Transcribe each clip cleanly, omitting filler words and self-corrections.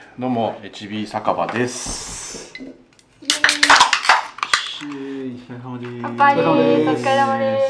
どうも HB 酒場です。 お疲れ様です。 疲れ様です。お疲れ様です。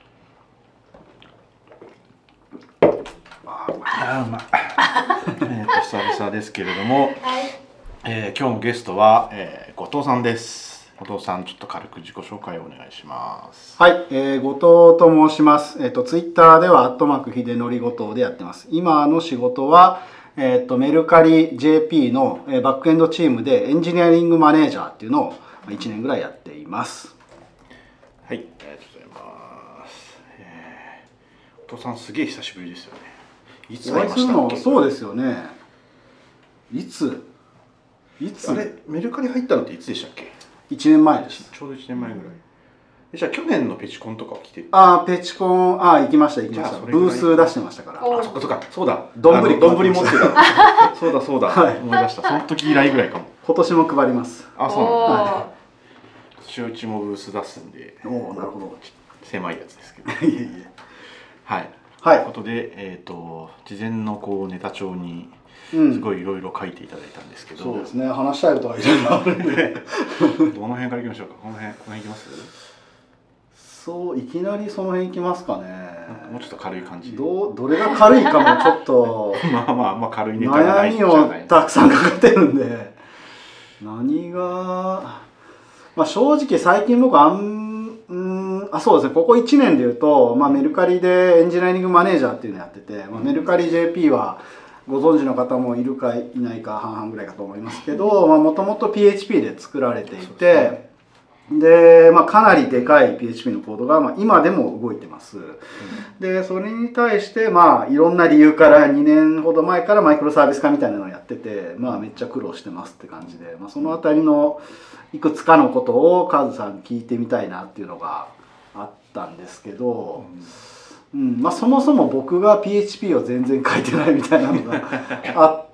うまい。久々ですけれども、 はい。 今日のゲストは、後藤さんです。後藤さん、ちょっと軽く自己紹介をお願いします。 はい、後藤と申します。ツイッターでは秀則後藤でやってます。今の仕事はメルカリ JP のバックエンドチームでエンジニアリングマネージャーっていうのを1年ぐらいやっています。 はい、ありがとうございます。後藤さん、すげえ久しぶりですよね。いつ会いましたっけ？ そうですよね。いつあれ、メルカリ入ったのっていつでしたっけ ？1年前です。 ちょうど1年前ぐらい。じゃあ去年のペチコンとかは来てる？ ペチコン、行きました。ブース出してましたから。 そうだ。 丼持ってた。 そうだ。はい、思い出した。その時以来ぐらいかも。 今年も配ります。 そうなんですね。うちもブース出すんで。 なるほど。 狭いやつですけど。 いえいえ。 はい。ということで、事前のネタ帳にすごいいろいろ書いていただいたんですけど、 そうですね。話したいことがいろいろあるんで、 どの辺からいきましょうか。この辺いきます？ いきなりその辺いきますかね。 もうちょっと軽い感じ。 どれが軽いかもちょっとまあ軽いネタがない悩みをたくさんかかってるんで、何が正直最近僕そうですね、ここ1年でいうと、メルカリでエンジニアリングマネージャーっていうのをやってて、メルカリ JP はご存知の方もいるかいないか半々ぐらいかと思いますけど、もともと PHP で作られていて、で、かなりでかい PHP のコードが、今でも動いてます。で、それに対して、いろんな理由から2年ほど前からマイクロサービス化みたいなのをやってて、めっちゃ苦労してますって感じで、そのあたりのいくつかのことをカズさんに聞いてみたいなっていうのがあったんですけど、そもそも僕が PHP を全然書いてないみたいなのがあって、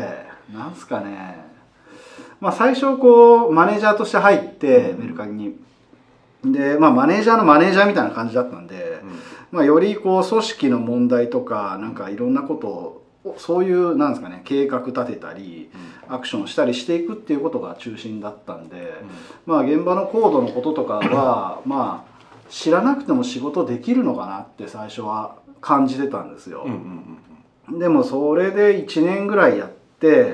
なんすかね、最初マネージャーとして入ってメルカリにで、マネージャーのマネージャーみたいな感じだったんで、より組織の問題とかなんかいろんなことをそういうなんですかね、計画立てたりアクションしたりしていくっていうことが中心だったんで、現場のコードのこととかは知らなくても仕事できるのかなって最初は感じてたんですよ。でもそれで1年ぐらいやって、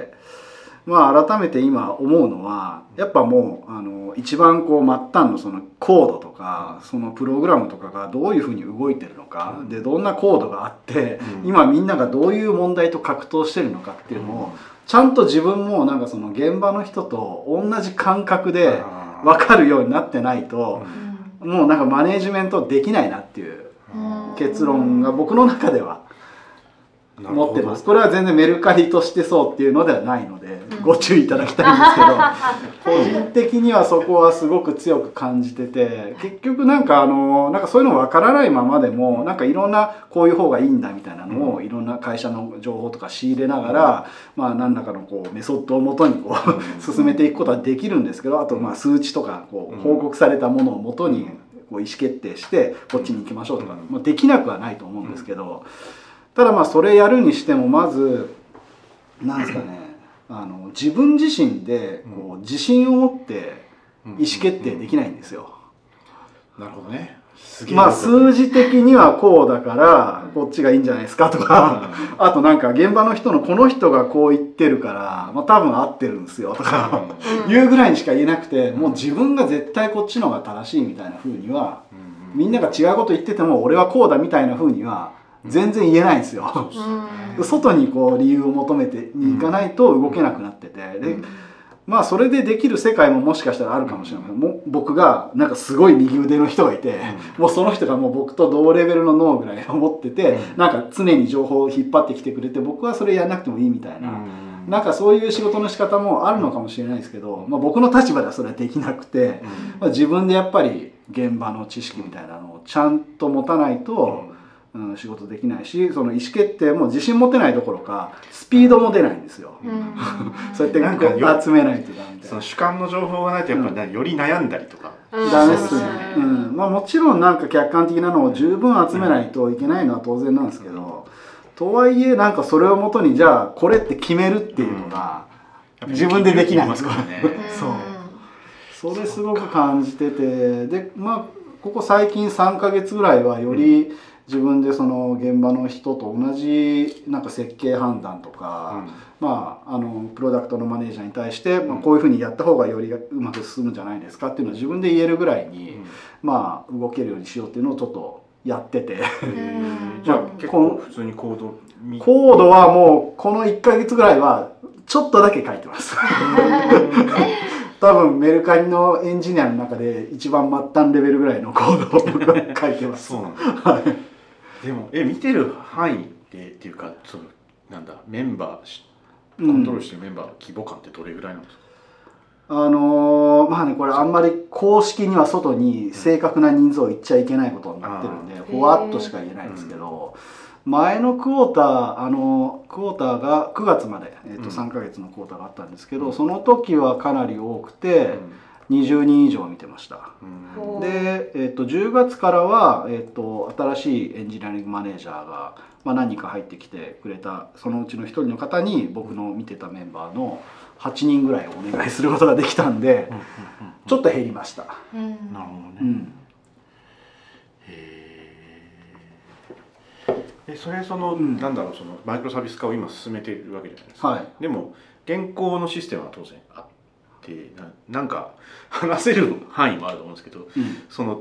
改めて今思うのはやっぱもう一番末端のそのコードとかそのプログラムとかがどういうふうに動いてるのかで、どんなコードがあって今みんながどういう問題と格闘してるのかっていうのをちゃんと自分もなんかその現場の人と同じ感覚で分かるようになってないともうなんかマネージメントできないなっていう結論が僕の中では持ってます。これは全然メルカリとしてそうっていうのではないのでご注意いただきたいんですけど、個人的にはそこはすごく強く感じてて、結局なんかそういうの分からないままでもなんかいろんなこういう方がいいんだみたいなのをいろんな会社の情報とか仕入れながら何らかのメソッドをもとに進めていくことはできるんですけど、あと数値とか報告されたものをもとに意思決定してこっちに行きましょうとかできなくはないと思うんですけど、ただそれやるにしてもまずなんですかね、自分自身で自信を持って意思決定できないんですよ。 なるほどね。 数字的にはこうだからこっちがいいんじゃないですかとか、あとなんか現場の人のこの人がこう言ってるから多分合ってるんですよとかいうぐらいにしか言えなくて、もう自分が絶対こっちの方が正しいみたいな風には、みんなが違うこと言ってても俺はこうだみたいな風には全然言えないんですよ。外に理由を求めてに行かないと動けなくなってて、でそれでできる世界ももしかしたらあるかもしれないけど、僕がなんかすごい右腕の人がいて、もうその人がもう僕と同レベルの脳ぐらいを持ってて、なんか常に情報を引っ張ってきてくれて僕はそれやらなくてもいいみたいな、なんかそういう仕事の仕方もあるのかもしれないですけど、僕の立場ではそれはできなくて、自分でやっぱり現場の知識みたいなのをちゃんと持たないと仕事できないし、その意思決定も自信持てないどころかスピードも出ないんですよ。そうやってなんか集めないとダメみたいな。 その主観の情報がないとやっぱりより悩んだりとか。 ダメっすね。もちろんなんか客観的なのを十分集めないといけないのは当然なんですけど、 とはいえなんかそれをもとにじゃあこれって決めるっていうのが自分でできないんですからね。そうそれすごく感じてて、でまあここ最近3ヶ月ぐらいはより自分でその現場の人と同じなんか設計判断とか、まあプロダクトのマネージャーに対して、まあ、こういうふうにやった方がよりうまく進むんじゃないですかっていうのを自分で言えるぐらいに、まあ動けるようにしようっていうのをちょっとやっててじゃあ結構普通にコードはもうこの1ヶ月ぐらいはちょっとだけ書いてます多分メルカリのエンジニアの中で一番末端レベルぐらいのコードを書いてますそうなんだでも見てる範囲っていうかそのなんだメンバーコントロールしてるメンバーの規模感ってどれぐらいなんですか？ まあねこれあんまり公式には外に正確な人数を言っちゃいけないことになってるんでふわっとしか言えないんですけど、前のクォーターが9月まで、3ヶ月のクォーターがあったんですけど、その時はかなり多くて20人以上見てました。で、10月からは、新しいエンジニアリングマネージャーが、まあ、何人か入ってきてくれたそのうちの1人の方に僕の見てたメンバーの8人ぐらいお願いすることができたんでちょっと減りました。 なるほどね。それなんだろうそのマイクロサービス化を今進めているわけじゃないですか。 はい、 でも現行のシステムは当然あってなんか話せる範囲もあると思うんですけど、その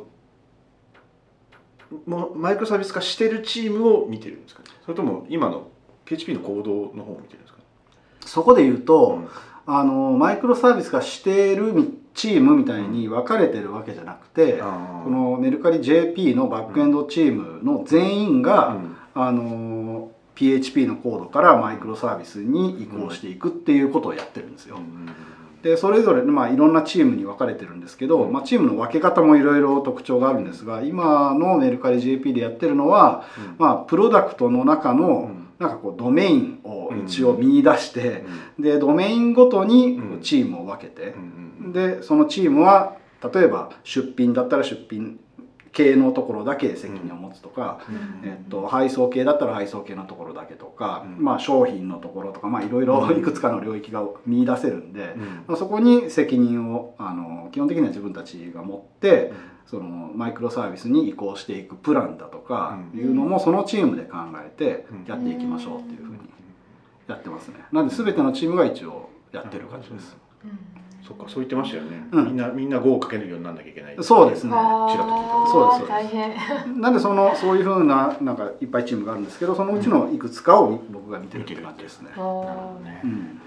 もうマイクロサービス化してるチームを見てるんですかね。それとも今の PHP のコードの方を見てるんですかね。 そこで言うと、マイクロサービス化しているチームみたいに分かれてるわけじゃなくて、このメルカリ JP のバックエンドチームの全員が、PHP のコードからマイクロサービスに移行していくっていうことをやってるんですよ。でそれぞれ、まあ、いろんなチームに分かれてるんですけど、まあ、チームの分け方もいろいろ特徴があるんですが、今のメルカリ JP でやってるのは、まあ、プロダクトの中のなんかこうドメインを一応見出して、でドメインごとにチームを分けて、でそのチームは例えば出品だったら出品系のところだけ責任を持つとか、配送系だったら配送系のところだけとか、まあ、商品のところとか、まあ、いろいろいくつかの領域が見出せるんで、まあ、そこに責任を基本的には自分たちが持ってそのマイクロサービスに移行していくプランだとかいうのもそのチームで考えてやっていきましょうっていうふうにやってますね。なので全てのチームが一応やってる感じです。 そっか、そう言ってましたよね。みんな5をかけるようにならなきゃいけない。 そうですね。 ちらっと聞いた。 そうです。 大変。 なんでそういう風ななんかいっぱいチームがあるんですけど、そのうちのいくつかを僕が見てるって感じですね。 なるほどね。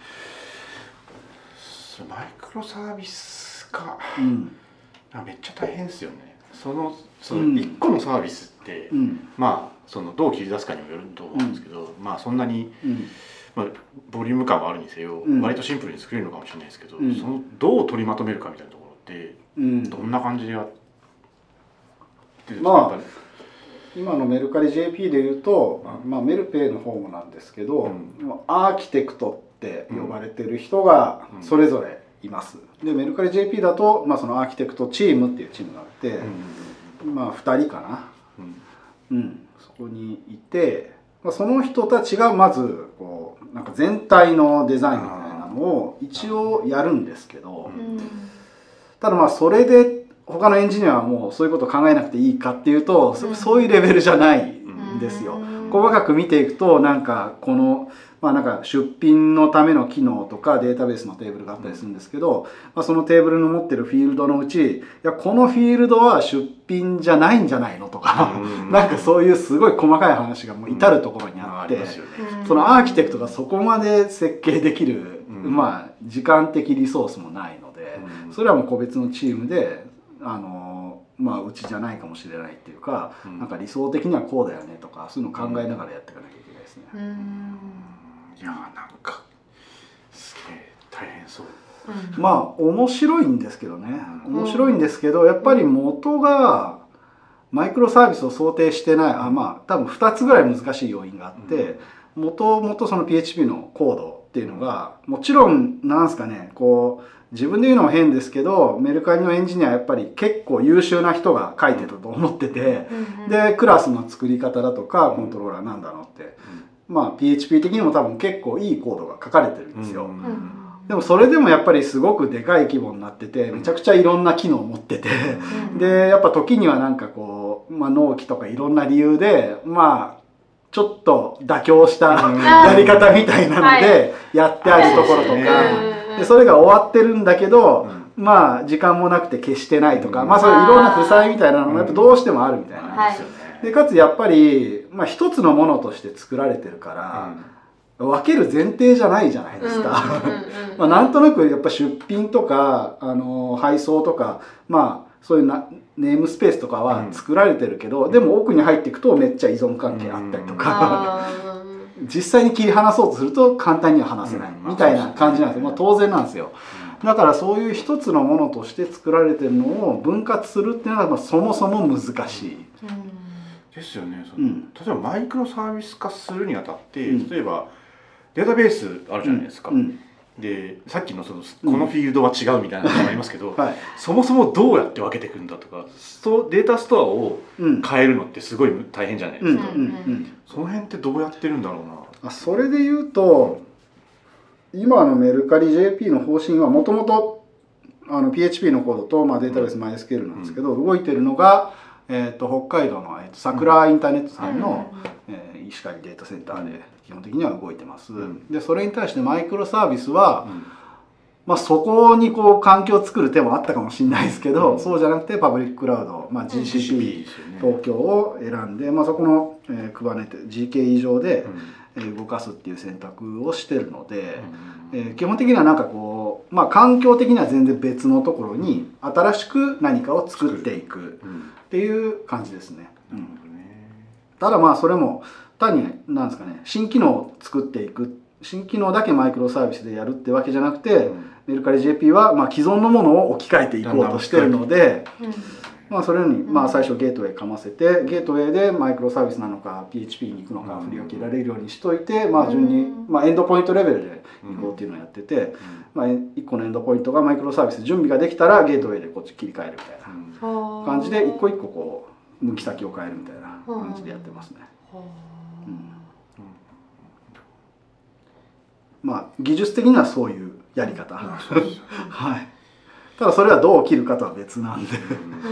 マイクロサービス化、めっちゃ大変ですよね。その1個のサービスって、まあどう切り出すかにもよると思うんですけど、まあそんなに。まあ、ボリューム感はあるにせよ、割とシンプルに作れるのかもしれないですけど、どう取りまとめるかみたいなところってどんな感じでやってるんですか？まあ今のメルカリ JP でいうと、まあ、メルペイの方もなんですけど、アーキテクトって呼ばれてる人がそれぞれいます。でメルカリ JP だと、まあ、そのアーキテクトチームっていうチームがあって、まあ2人かな、そこにいて、その人たちがまずこうなんか全体のデザインみたいなのを一応やるんですけど、ただまあそれで他のエンジニアはもうそういうことを考えなくていいかっていうと、そういうレベルじゃないんですよ。細かく見ていくとなんかこのまあなんか出品のための機能とかデータベースのテーブルがあったりするんですけど、まあ、そのテーブルの持ってるフィールドのうち、いやこのフィールドは出品じゃないんじゃないのとか、なんかそういうすごい細かい話がもう至るところにあって、そのアーキテクトがそこまで設計できる、まあ時間的リソースもないので、それはもう個別のチームでまあうちじゃないかもしれないっていうか、なんか理想的にはこうだよねとかそういうのを考えながらやっていかなきゃいけないですね。 いやなんかすげえ大変そう。 まあ面白いんですけどね、面白いんですけど、やっぱり元がマイクロサービスを想定してない、まあ多分2つぐらい難しい要因があって、もともとその PHP のコードっていうのがもちろんなんすかね、こう自分で言うのも変ですけど、メルカリのエンジニアはやっぱり結構優秀な人が書いてたと思ってて、でクラスの作り方だとかコントローラーなんだろうってまあ PHP 的にも多分結構いいコードが書かれてるんですよ。 うんでもそれでもやっぱりすごくでかい規模になっててめちゃくちゃいろんな機能を持っててでやっぱ時にはなんかこう、まあ、納期とかいろんな理由でまあちょっと妥協したやり方みたいなのでやってあるところとかでそれが終わってるんだけどまあ時間もなくて消してないとかまあそういういろんな負債みたいなのがやっぱどうしてもあるみたいな。でかつやっぱり、まあ、一つのものとして作られてるから。分ける前提じゃないじゃないですか。まあなんとなくやっぱ出品とか配送とかまあそういうネームスペースとかは作られてるけど、でも奥に入っていくとめっちゃ依存関係あったりとか実際に切り離そうとすると簡単には離せないみたいな感じなんですよ。まあ当然なんですよ。だからそういう一つのものとして作られてるのを分割するっていうのはまあそもそも難しい。 ですよね。例えばマイクロサービス化するにあたって例えばデータベースあるじゃないですか。でさっきのこのフィールドは違うみたいなのがありますけど、そもそもどうやって分けていくんだとかデータストアを変えるのってすごい大変じゃないですか。その辺ってどうやってるんだろうな。 それで言うと今のメルカリ JP の方針はもともとPHP のコードと、まあ、データベース MySQL なんですけど、動いてるのが、北海道の桜インターネットさんの、石狩データセンターで基本的には動いてます。でそれに対してマイクロサービスは、まあ、そこにこう環境を作る手もあったかもしれないですけど、そうじゃなくてパブリッククラウド、まあ、GCP 東京を選んで、まあ、そこの、Kubernetes GKE 上で、動かすっていう選択をしてるので、基本的にはなんかこう、まあ、環境的には全然別のところに新しく何かを作っていくっていう感じですね。ただまあそれも単に何ですかね、新機能を作っていく、新機能だけマイクロサービスでやるってわけじゃなくて、メルカリ JP はまあ既存のものを置き換えていこうとしてるので、まあそれにまあ最初ゲートウェイかませて、ゲートウェイでマイクロサービスなのか PHP に行くのか振り分けられるようにしといて、まあ順にまあエンドポイントレベルで行こうっていうのをやってて、まあ1個のエンドポイントがマイクロサービス準備ができたらゲートウェイでこっち切り替えるみたいな感じで一個一個こう向き先を変えるみたいな感じでやってますね。まあ技術的にはそういうやり方。はい。ただそれはどう切るかとは別なんで。いや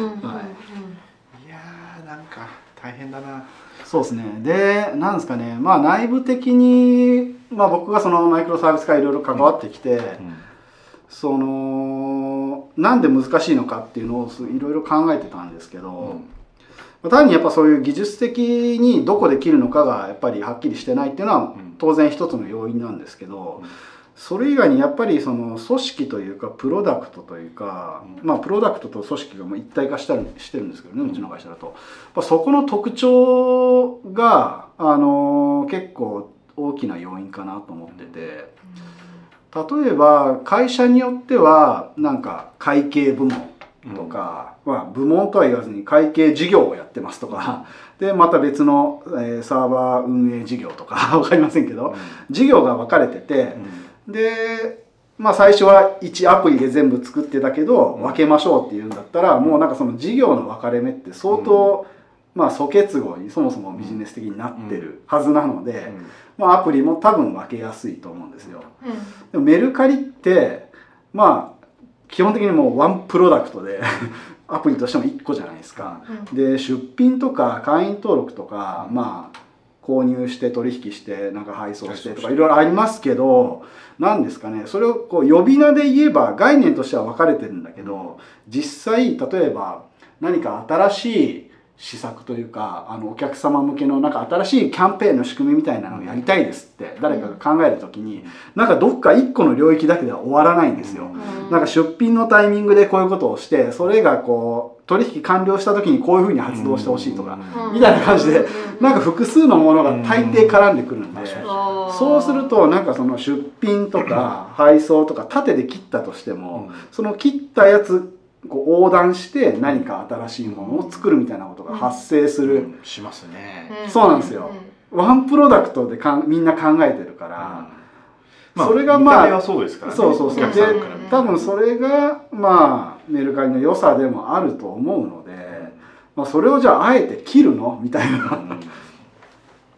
ーなんか大変だな。 そうですね。でなんですかね、まあ内部的に、まあ、僕がそのマイクロサービス化いろいろ関わってきて、そのなんで難しいのかっていうのをいろいろ考えてたんですけど、単にやっぱそういう技術的にどこで切るのかがやっぱりはっきりしてないっていうのは当然一つの要因なんですけど、それ以外にやっぱりその組織というかプロダクトというか、まあプロダクトと組織が一体化してるんですけどね、うちの会社だとそこの特徴が結構大きな要因かなと思ってて、例えば会社によってはなんか会計部門とか、まあ、部門とは言わずに会計事業をやってますとか、でまた別の、サーバー運営事業とか分かりませんけど、事業が分かれてて、でまあ最初は1アプリで全部作ってたけど分けましょうっていうんだったら、もうなんかその事業の分かれ目って相当、まあ素結合にそもそもビジネス的になってるはずなので、まあアプリも多分分けやすいと思うんですよ。でもメルカリってまあ基本的にもうワンプロダクトでアプリとしても1個じゃないですか。で出品とか会員登録とか、まあ購入して取引してなんか配送してとかいろいろありますけど、何ですかね、それをこう呼び名で言えば概念としては分かれてるんだけど、実際例えば何か新しい施策というかお客様向けのなんか新しいキャンペーンの仕組みみたいなのをやりたいですって誰かが考える時に、なんかどっか1個の領域だけでは終わらないんですよ。なんか出品のタイミングでこういうことをして、それがこう取引完了した時にこういうふうに発動してほしいとかみたいな感じで、なんか複数のものが大抵絡んでくるんで、そうするとなんかその出品とか配送とか縦で切ったとしても、その切ったやつこう横断して何か新しいものを作るみたいなことが発生する、 しますね。 そうなんですよ。ワンプロダクトでみんな考えてるから、それがまあそうですからね。 そうで多分それがまあメルカリの良さでもあると思うので、まあそれをじゃああえて切るのみたいな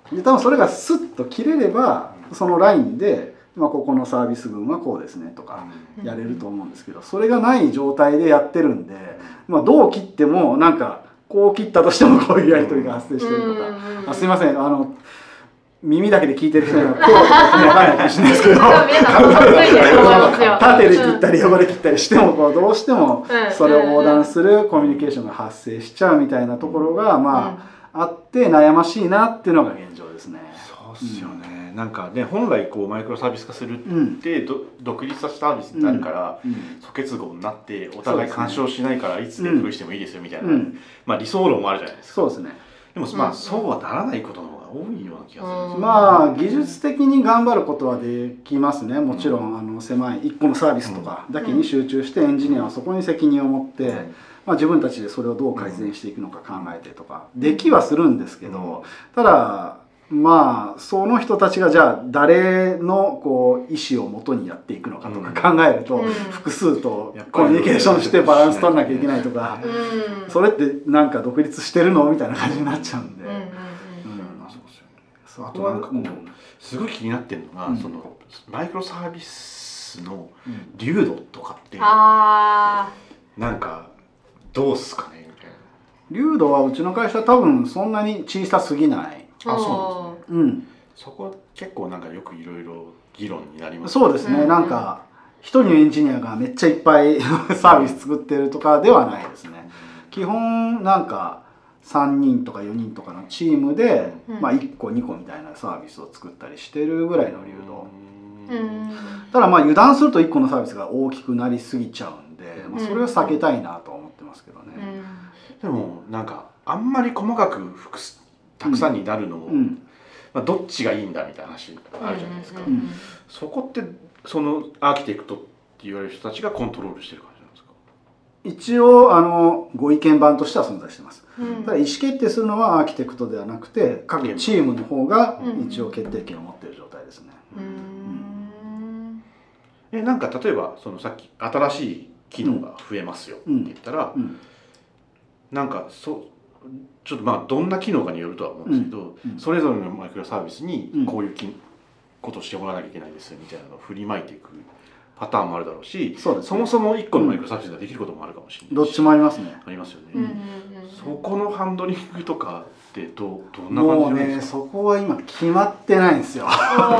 で多分それがスッと切れればそのラインで、ここのサービス群はこうですねとかやれると思うんですけど、それがない状態でやってるんで、どう切ってもなんかこう切ったとしてもこういうやり取りが発生してるとか、すいません耳だけで聞いてる人にはこう分かんないかもしれないですけど縦で切ったり横で切ったりしてもどうしてもそれを横断するコミュニケーションが発生しちゃうみたいなところがあって悩ましいなっていうのが現状ですね。 そうっすよね、なんかね本来こうマイクロサービス化するって、独立したサービスになるから、素結合になってお互い干渉しないからいつでプしてもいいですよみたいな、理想論もあるじゃないですか。 そうですね。 でもそうはならないことの方が多いような気がするんです。 技術的に頑張ることはできますね。もちろん狭い1個のサービスとかだけに集中してエンジニアはそこに責任を持って、自分たちでそれをどう改善していくのか考えてとかできはするんですけど、ただその人たちがじゃあ誰の意思をもとにやっていくのかとか考えると、複数とコミュニケーションしてバランス取らなきゃいけないとか、それってなんか独立してるのみたいな感じになっちゃうんで。 あとなんかすごい気になってるのが、そのマイクロサービスの流度とかってなんかどうすかねみたいな。 流度はうちの会社多分そんなに小さすぎない。 そうなんですね。そこは結構なんかよくいろいろ議論になります。 そうですね。なんか一人のエンジニアがめっちゃいっぱいサービス作ってるとかではないですね。基本なんか3人とか4人とかのチームで、1個2個みたいなサービスを作ったりしてるぐらいの流度。ただ油断すると1個のサービスが大きくなりすぎちゃうんで、それは避けたいなと思ってますけどね。 でもなんかあんまり細かくたくさんになるのも、どっちがいいんだみたいな話あるじゃないですか。そこってそのアーキテクトって言われる人たちがコントロールしてる感じなんですか？ 一応ご意見番としては存在してます。ただ意思決定するのはアーキテクトではなくて各チームの方が一応決定権を持っている状態ですね。 なんか例えばそのさっき新しい機能が増えますよって言ったら、なんかちょっとどんな機能かによるとは思うんですけど、それぞれのマイクロサービスにこういうことをしてもらわなきゃいけないですみたいなのを振りまいていくパターンもあるだろうし、そもそも1個のマイクロサービスができることもあるかもしれないし、 どっちもありますね。 ありますよね。そこのハンドリングとかってどんな感じなんですか？ そこは今決まってないんですよ。だ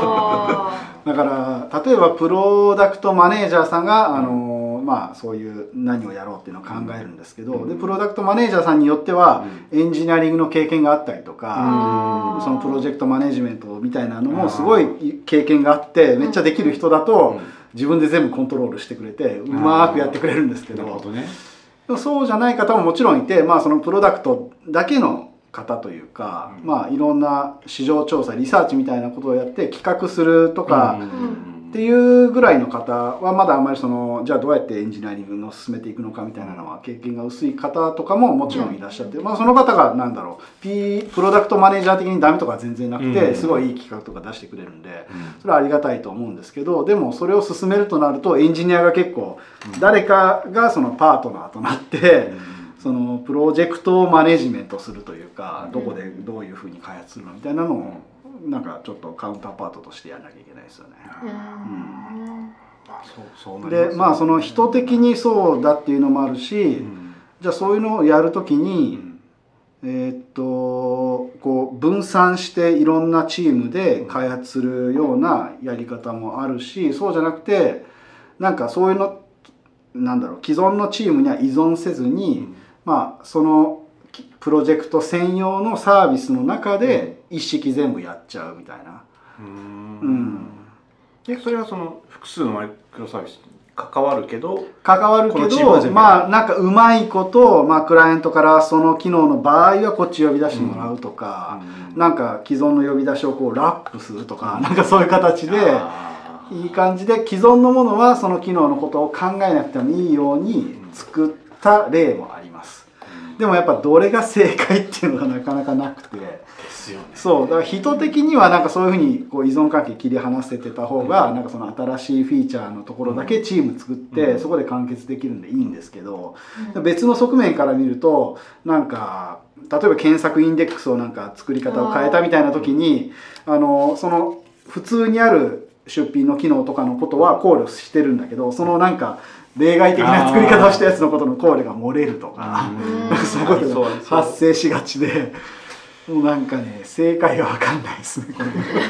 から例えばプロダクトマネージャーさんがそういう何をやろうっていうのを考えるんですけど、でプロダクトマネージャーさんによってはエンジニアリングの経験があったりとか、そのプロジェクトマネジメントみたいなのもすごい経験があってめっちゃできる人だと自分で全部コントロールしてくれてうまくやってくれるんですけど、そうじゃない方ももちろんいて、そのプロダクトだけの方というか、いろんな市場調査リサーチみたいなことをやって企画するとかっていうぐらいの方はまだあんまりじゃあどうやってエンジニアリングを進めていくのかみたいなのは経験が薄い方とかももちろんいらっしゃって、その方がプロダクトマネージャー的にダメとか全然なくてすごいいい企画とか出してくれるんでそれはありがたいと思うんですけど、でもそれを進めるとなるとエンジニアが結構誰かがそのパートナーとなってそのプロジェクトをマネジメントするというか、どこでどういうふうに開発するのみたいなのをなんかちょっとカウンターパートとしてやらなきゃいけないですよね。でその人的にそうだっていうのもあるし、じゃあそういうのをやるときに分散していろんなチームで開発するようなやり方もあるし、そうじゃなくてなんかそういうの既存のチームには依存せずに、そのプロジェクト専用のサービスの中で一式全部やっちゃうみたいな。 それはその複数のマイクロサービスに関わるけどなんかうまいこと、クライアントからその機能の場合はこっち呼び出してもらうとか、なんか既存の呼び出しをラップするとか、なんかそういう形でいい感じで既存のものはその機能のことを考えなくてもいいように作った例もあります。でもやっぱどれが正解っていうのがなかなかなくて、 ですよね。 そうだから人的にはなんかそういうふうにこう依存関係切り離せてた方が、なんかその新しいフィーチャーのところだけチーム作って、そこで完結できるんでいいんですけど、別の側面から見るとなんか例えば検索インデックスをなんか作り方を変えたみたいな時にその普通にある出品の機能とかのことは考慮してるんだけど、そのなんか例外的な作り方をしたやつのことの考慮が漏れるとか、そういうことが発生しがちで、もうなんかね正解が分かんないですねこ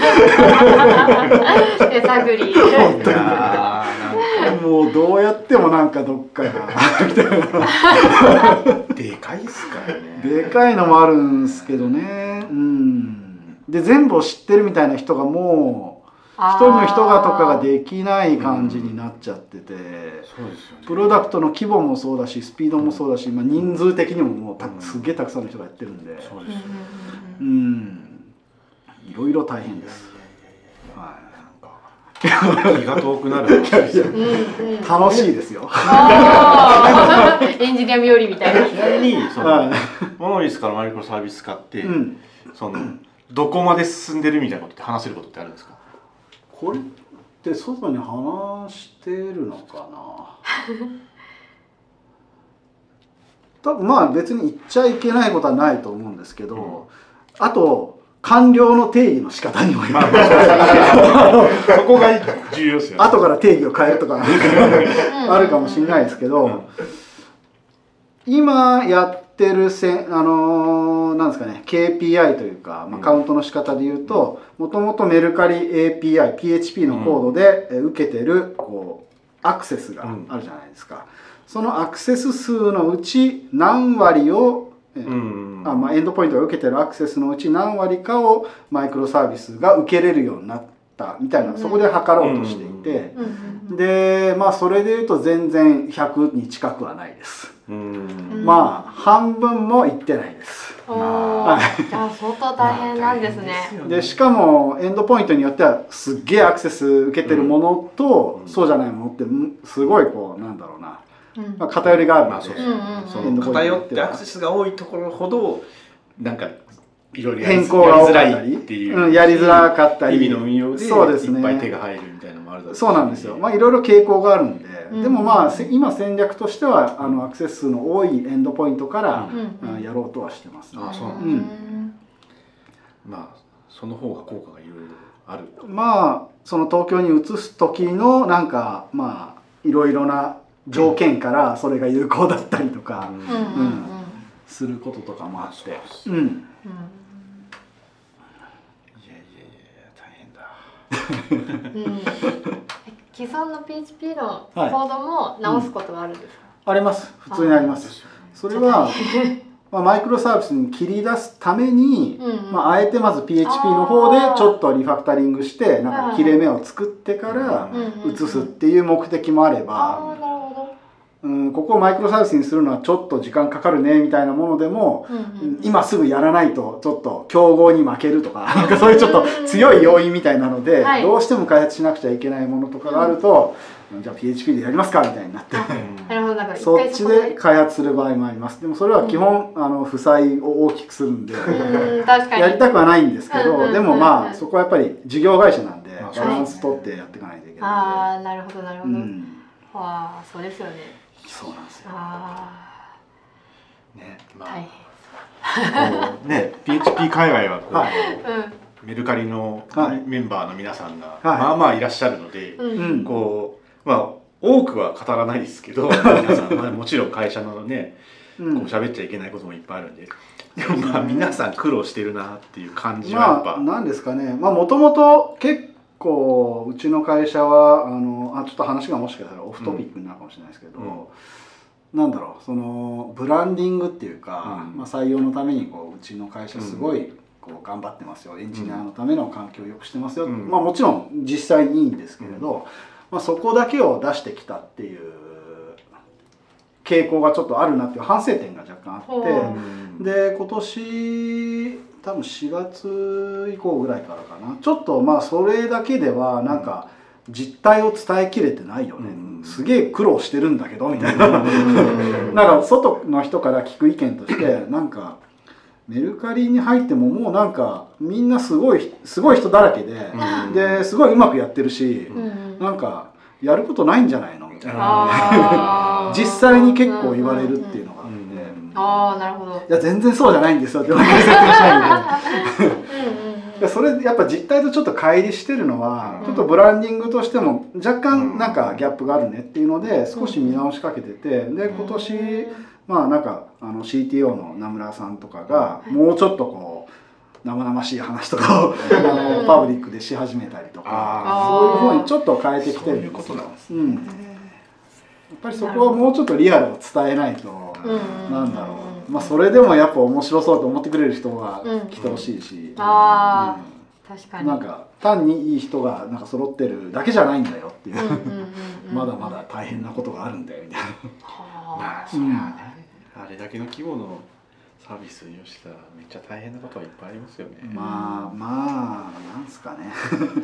れ。 手探り。 本当にもうどうやってもなんかどっかがみたいな。 でかいですからね。 でかいのもあるんですけどね。で全部を知ってるみたいな人がもう一人の人がとかができない感じになっちゃってて、プロダクトの規模もそうだしスピードもそうだし、人数的にももうすげえたくさんの人がやってるんで、いろいろ大変です。 気が遠くなる。 楽しいですよ。 エンジニア冥利みたいな。 ちなみにそのモノリスからマイクロサービス化ってそのどこまで進んでるみたいなことって話せることってあるんですか？ これって外に話してるのかな。多分別に言っちゃいけないことはないと思うんですけど、あと官僚の定義の仕方にもよる。 そこが重要ですよね。 後から定義を変えるとかあるかもしれないですけど、今やってるなんですかね、KPI というか、カウントの仕方で言うと、もともとメルカリ API、PHP のコードで受けてるこうアクセスがあるじゃないですか。そのアクセス数のうち何割をエンドポイントが受けてるアクセスのうち何割かをマイクロサービスが受けれるようになったみたいな、そこで測ろうとしていて、でそれでいうと全然100に近くはないです。半分もいってないです。 じゃあ相当大変なんですね。 でしかもエンドポイントによってはすっげえアクセス受けてるものと、そうじゃないものってすごいこうなんだろうな、偏りがあるので、 偏ってアクセスが多いところほどなんかいろいろ変更が多かったり、やりづらかったり、 日々の運用でいっぱい手が入るみたいなのもあるだろうし、 そうなんですよ。いろいろ傾向があるんで、でも今戦略としてはアクセス数の多いエンドポイントからやろうとはしてますね。 その方が効果がいろいろある。 その東京に移す時のなんかいろいろな条件からそれが有効だったりとかすることとかもあって。 大変だ。 既存の PHP のコードも直すことがあるんですか？ あります。普通にあります。それはマイクロサービスに切り出すために、あえてまず PHP の方でちょっとリファクタリングしてなんか切れ目を作ってから移すっていう目的もあれば、ここをマイクロサービスにするのはちょっと時間かかるねみたいなものでも、今すぐやらないとちょっと競合に負けるとか、なんかそういうちょっと強い要因みたいなので、どうしても開発しなくちゃいけないものとかがあると、じゃあ PHP でやりますかみたいになってそっちで開発する場合もあります。でもそれは基本負債を大きくするんでやりたくはないんですけど、でもそこはやっぱり事業会社なんでバランス取ってやっていかないといけないんで。 なるほどなるほど。そうですよね。 そうなんですよ。 大変。 PHP 界隈はこうメルカリのメンバーの皆さんがいらっしゃるので、こう多くは語らないですけど、皆さんもちろん会社のね、こう喋っちゃいけないこともいっぱいあるんで、でも皆さん苦労してるなっていう感じはやっぱ。 なんですかね。もともと結構うちの会社はちょっと話がもしかしたらオフトピックになるかもしれないですけど、なんだろう、そのブランディングっていうか、採用のためにうちの会社すごい頑張ってますよ、エンジニアのための環境を良くしてますよ、もちろん実際にいいんですけれど、そこだけを出してきたっていう傾向がちょっとあるなっていう反省点が若干あって、で今年多分4月以降ぐらいからかな、ちょっとそれだけではなんか実態を伝えきれてないよね、すげえ苦労してるんだけどみたいななんか外の人から聞く意見としてなんかメルカリに入ってももうなんかみんなすごい人だらけで、ですごいうまくやってるし、なんかやることないんじゃないのみたいな実際に結構言われるっていうのがあって、 ああなるほど。 いや全然そうじゃないんですよって毎回説明したいんでそれやっぱ実態とちょっと乖離してるのは、ちょっとブランディングとしても若干なんかギャップがあるねっていうので少し見直しかけてて、で今年まあなんかCTO の名村さんとかがもうちょっとこう生々しい話とかをパブリックでし始めたりとか、そういうふうにちょっと変えてきてるんですよ。やっぱりそこはもうちょっとリアルを伝えないと、なんだろう、まあそれでもやっぱ面白そうと思ってくれる人は来てほしいし、 確かになんか単にいい人がなんか揃ってるだけじゃないんだよっていう、まだまだ大変なことがあるんだよみたいな。 まあそれはね、あれだけの規模のサービスにしたらめっちゃ大変なことはいっぱいありますよね。 まあなんすかね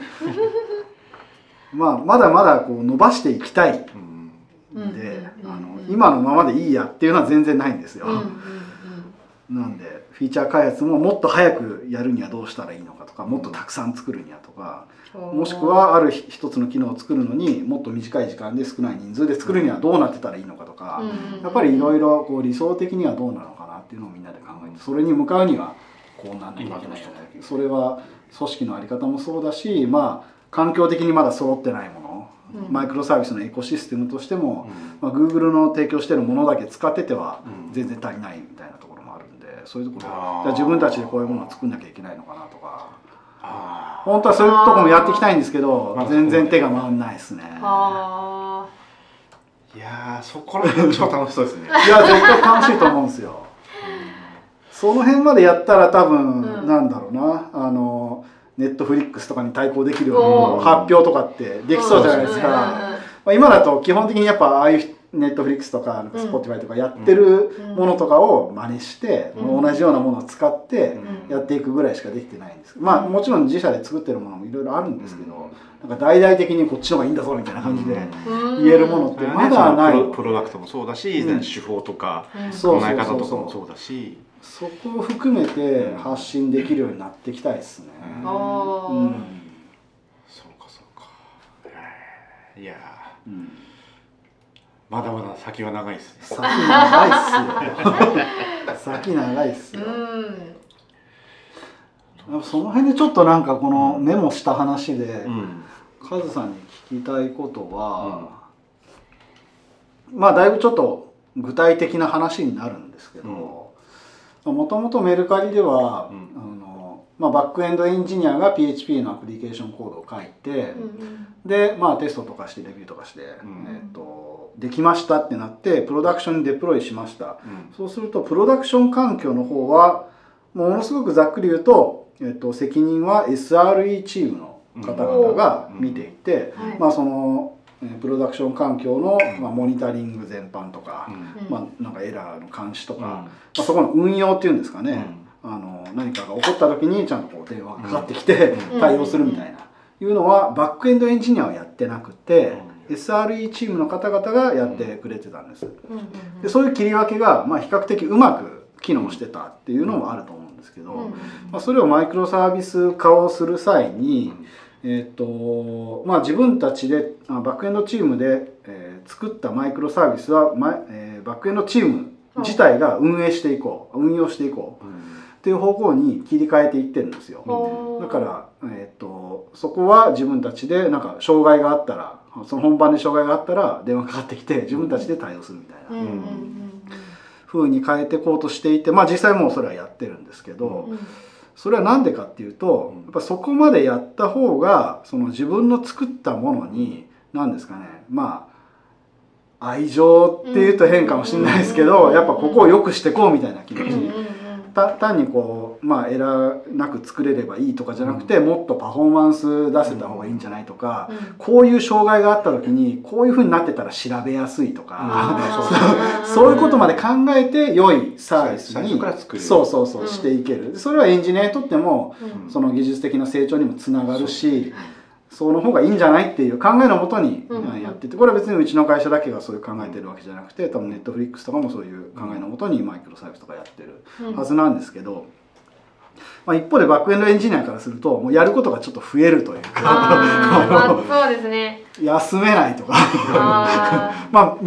まあまだまだこう伸ばしていきたいんで、今のままでいいやっていうのは全然ないんですよ。なんでフィーチャー開発ももっと早くやるにはどうしたらいいのかとか、もっとたくさん作るにはとか、もしくはある一つの機能を作るのにもっと短い時間で少ない人数で作るにはどうなってたらいいのかとか、やっぱりいろいろ理想的にはどうなのかなっていうのをみんなで考えて、それに向かうにはこうなんなきゃいけないよね。それは組織の在り方もそうだし、まあ環境的にまだ揃ってないもの、マイクロサービスのエコシステムとしても、Google の提供しているものだけ使ってては全然足りないみたいなところもあるんで、そういうところ自分たちでこういうものを作んなきゃいけないのかなとか、本当はそういうとこもやっていきたいんですけど、全然手が回らないですね。 いやー、そこら辺超楽しそうですね。 いや絶対楽しいと思うんですよ。その辺までやったら多分、なんだろうな、ネットフリックスとかに対抗できるような発表とかってできそうじゃないですか。今だと基本的にやっぱああいうネットフリックスとかスポティファイとかやってるものとかを真似して、同じようなものを使ってやっていくぐらいしかできてないんですけど、まあもちろん自社で作ってるものもいろいろあるんですけど、なんか大々的にこっちの方がいいんだぞみたいな感じで言えるものってまだない。 プロダクトもそうだし、手法とか考え方とかもそうだし、 そこを含めて発信できるようになっていきたいですね。 そうかそうか。いや、まだまだ先は長いですね。 先長いっすよ。先長いっすよ。その辺でちょっとなんかこのメモした話で、カズさんに聞きたいことは、まあだいぶちょっと具体的な話になるんですけど、もともとメルカリでは、バックエンドエンジニアが PHP のアプリケーションコードを書いて、で、まあ、テストとかしてレビューとかして、できましたってなってプロダクションにデプロイしました。そうするとプロダクション環境の方はものすごくざっくり言うと、責任は SRE チームの方々が見ていて、まあそのプロダクション環境の、モニタリング全般とか、なんかエラーの監視とか、そこの運用っていうんですかね、何かが起こった時にちゃんとこう電話がかかってきて対応するみたいないうのはバックエンドエンジニアはやってなくて、SRE チームの方々がやってくれてたんです。でそういう切り分けが、比較的うまく機能してたっていうのもあると思うんですけど、それをマイクロサービス化をする際に、自分たちでバックエンドチームで、作ったマイクロサービスは、バックエンドチーム自体が運用していこうっていう方向に切り替えていってるんですよ。だから、そこは自分たちでなんか障害があったら、その本番で障害があったら電話かかってきて自分たちで対応するみたいな風に変えていこうとしていて、実際もうそれはやってるんですけど、それは何でかっていうと、やっぱそこまでやった方がその自分の作ったものに何ですかね、愛情っていうと変かもしれないですけど、やっぱここを良くしていこうみたいな気持ち。単にこうエラーなく作れればいいとかじゃなくて、もっとパフォーマンス出せた方がいいんじゃないとか、こういう障害があった時にこういう風になってたら調べやすいとか、そういうことまで考えて良いサービスにしていける。それはエンジニアにとってもその技術的な成長にもつながるし、 その方がいいんじゃないっていう考えのもとにやってて、これは別にうちの会社だけがそういう考えてるわけじゃなくて、多分ネットフリックスとかもそういう考えのもとにマイクロサービスとかやってるはずなんですけど、まあ、一方でバックエンドエンジニアからするともうやることがちょっと増えるというか、 まあ、そうですね、 休めないとかまあ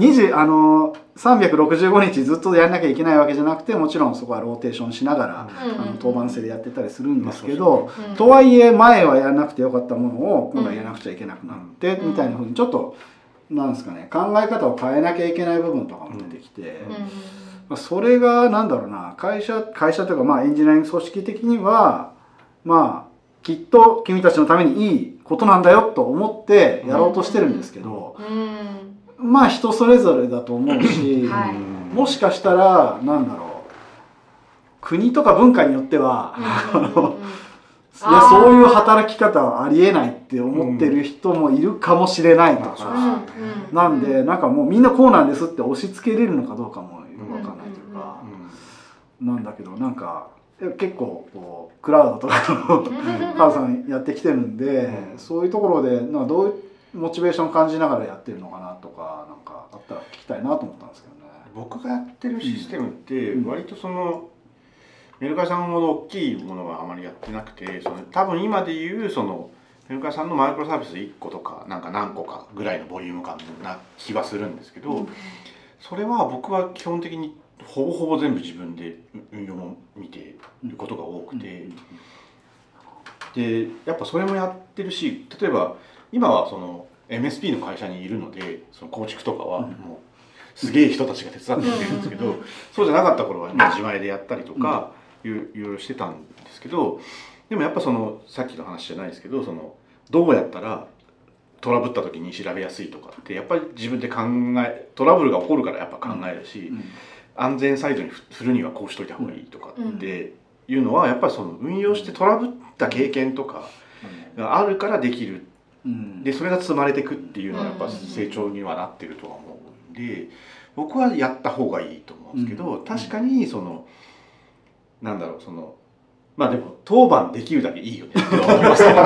365日ずっとやんなきゃいけないわけじゃなくて、もちろんそこはローテーションしながら当番制でやってたりするんですけど、とはいえ前はやらなくてよかったものを今度はやらなくちゃいけなくなってみたいなふうにちょっとなんですかね、考え方を変えなきゃいけない部分とかも出てきて、それがなんだろうな、会社というかまあエンジニアリング組織的にはまあきっと君たちのためにいいことなんだよと思ってやろうとしてるんですけど、まあ人それぞれだと思うし、はい、もしかしたらなんだろう、国とか文化によっては、いやそういう働き方はありえないって思ってる人もいるかもしれないとか、なんでなんかもうみんなこうなんですって押し付けれるのかどうかもよくわかんないというか、なんだけどなんか結構こうクラウドとかのカズさんやってきてるんで、そういうところでなんかどういうモチベーション感じながらやってるのかなとか、なんかあったら聞きたいなと思ったんですけどね。 僕がやってるシステムって割とそのメルカリさんほど大きいものはあまりやってなくて、その多分今でいうそのメルカリさんのマイクロサービス1個とかなんか何個かぐらいのボリューム感な気はするんですけど、それは僕は基本的にほぼほぼ全部自分で運用も見てることが多くて、でやっぱそれもやってるし、例えば今はその MSP の会社にいるので、その構築とかはもうすげえ人たちが手伝ってくれるんですけど、そうじゃなかった頃は自前でやったりとかいろいろしてたんですけど、でもやっぱそのさっきの話じゃないですけど、そのどうやったらトラブった時に調べやすいとかってやっぱり自分でトラブルが起こるからやっぱ考えるし、安全サイドに振るにはこうしといた方がいいとかっていうのはやっぱりその運用してトラブった経験とかがあるからできる。でそれが積まれていくっていうのはやっぱ成長にはなってるとは思うんで、僕はやった方がいいと思うんですけど、確かにそのなんだろう、そのまあでも当番できるだけいいよねって思いますけど、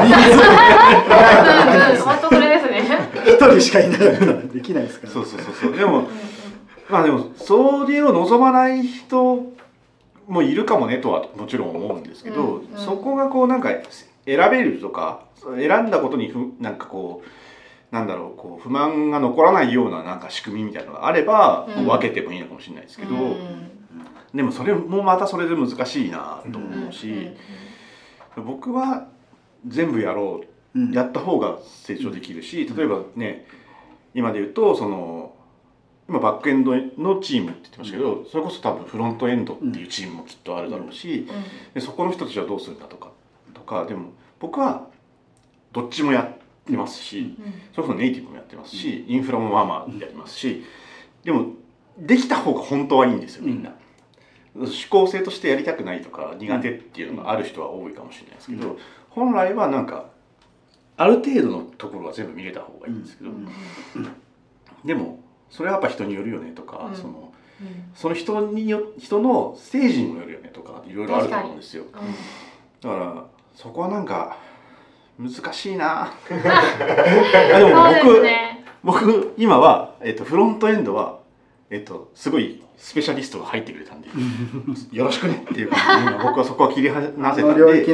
本当それですね。 一人しかいないからできないですから。 そうでもまあでもそれを望まない人もいるかもねとはもちろん思うんですけど、そこがこうなんか選べるとか選んだことになんかこうなんだろう、こう不満が残らないようななんか仕組みみたいなのがあれば分けてもいいのかもしれないですけど、でもそれもまたそれで難しいなと思うし、僕は全部やろう、やった方が成長できるし、例えばね今で言うとその今バックエンドのチームって言ってましたけど、それこそ多分フロントエンドっていうチームもきっとあるだろうし、でそこの人たちはどうするんだとかでも僕はどっちもやってますし、それこそネイティブもやってますし、インフラもまあまあやりますし、でもできた方が本当はいいんですよみんな。指向性としてやりたくないとか苦手っていうのがある人は多いかもしれないですけど、本来はなんかある程度のところは全部見れた方がいいんですけど、でもそれはやっぱ人によるよねとか、その人のステージにもよるよねとかいろいろあると思うんですよ。だからそこはなんか難しいな。でも僕今はフロントエンドはすごいスペシャリストが入ってくれたんでよろしくねっていう感じで僕はそこは切り離せたんで、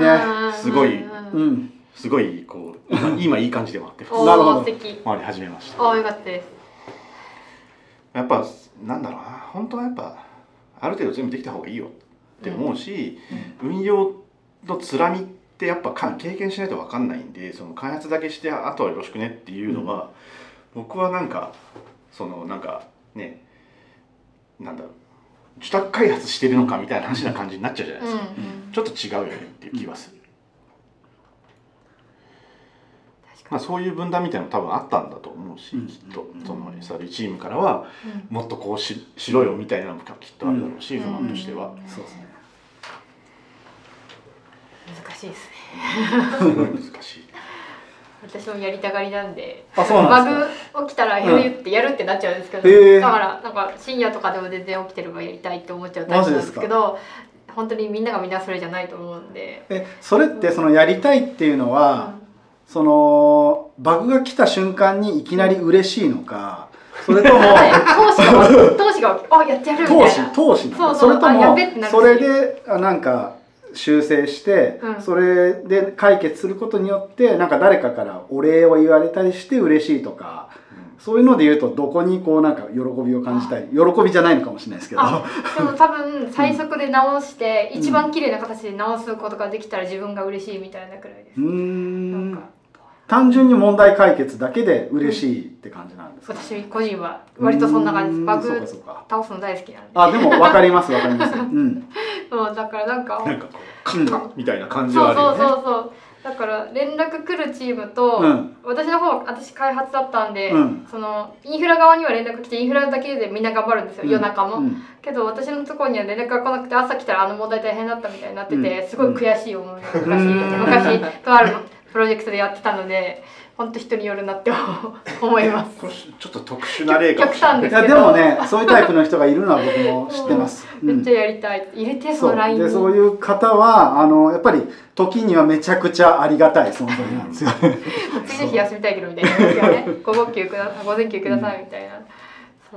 すごいこう今いい感じで回って回り始めました。 よかったです。 やっぱなんだろうな、本当はやっぱある程度全部できた方がいいよって思うし、運用のつらみってやっぱ経験しないと分かんないんで、その開発だけしてあとはよろしくねっていうのは、僕はなんかそのなんかね、なんだろう、受託開発してるのかみたいな話な感じになっちゃうじゃないですか。ちょっと違うよねっていう気はする。まあそういう分断みたいなの多分あったんだと思うし、きっとその SRE チームからはもっとこうしろよみたいなのもきっとあるだろうし、不満としては。 そうですね。 難しいですね。 すごい難しい。 私もやりたがりなんで、 バグ起きたらやるってなっちゃうんですけど、だからなんか深夜とかでも全然起きてればやりたいって思っちゃうタイプなんですけど、本当にみんながみんなそれじゃないと思うんで。 それってそのやりたいっていうのは、 そのバグが来た瞬間にいきなり嬉しいのか、それとも投資があやってやるみたいな投資そうそれともそれででなんか修正して、 うん、 それで解決することによってなんか誰かからお礼を言われたりして嬉しいとか、そういうので言うとどこにこうなんか喜びを感じたり、喜びじゃないのかもしれないですけど、 でも多分最速で直して、一番綺麗な形で直すことができたら自分が嬉しいみたいなくらいです。なんか単純に問題解決だけで嬉しいって感じなんですか、ね、 私個人は割とそんな感じです。バグ倒すの大好きなんで。 あ、でも分かります分かります。うん。 そうだからなんかこうカッカみたいな感じはあるよね。 そうだから連絡来るチームと、私開発だったんで、そのインフラ側には連絡来てインフラだけでみんな頑張るんですよ、夜中も。けど私のところには連絡が来なくて、朝来たらあの問題大変だったみたいになってて、すごい悔しい思いが昔とあるプロジェクトでやってたので、本当人によるなって思います。 ちょっと特殊な例かもしれない。 いやでもね、そういうタイプの人がいるのは僕も知ってます。 めっちゃやりたい。入れてそのラインに。 そういう方はやっぱり時にはめちゃくちゃありがたい存在なんですよね。 次の日休みたいけどみたいなですよね。午前休くださいみたいな。そう。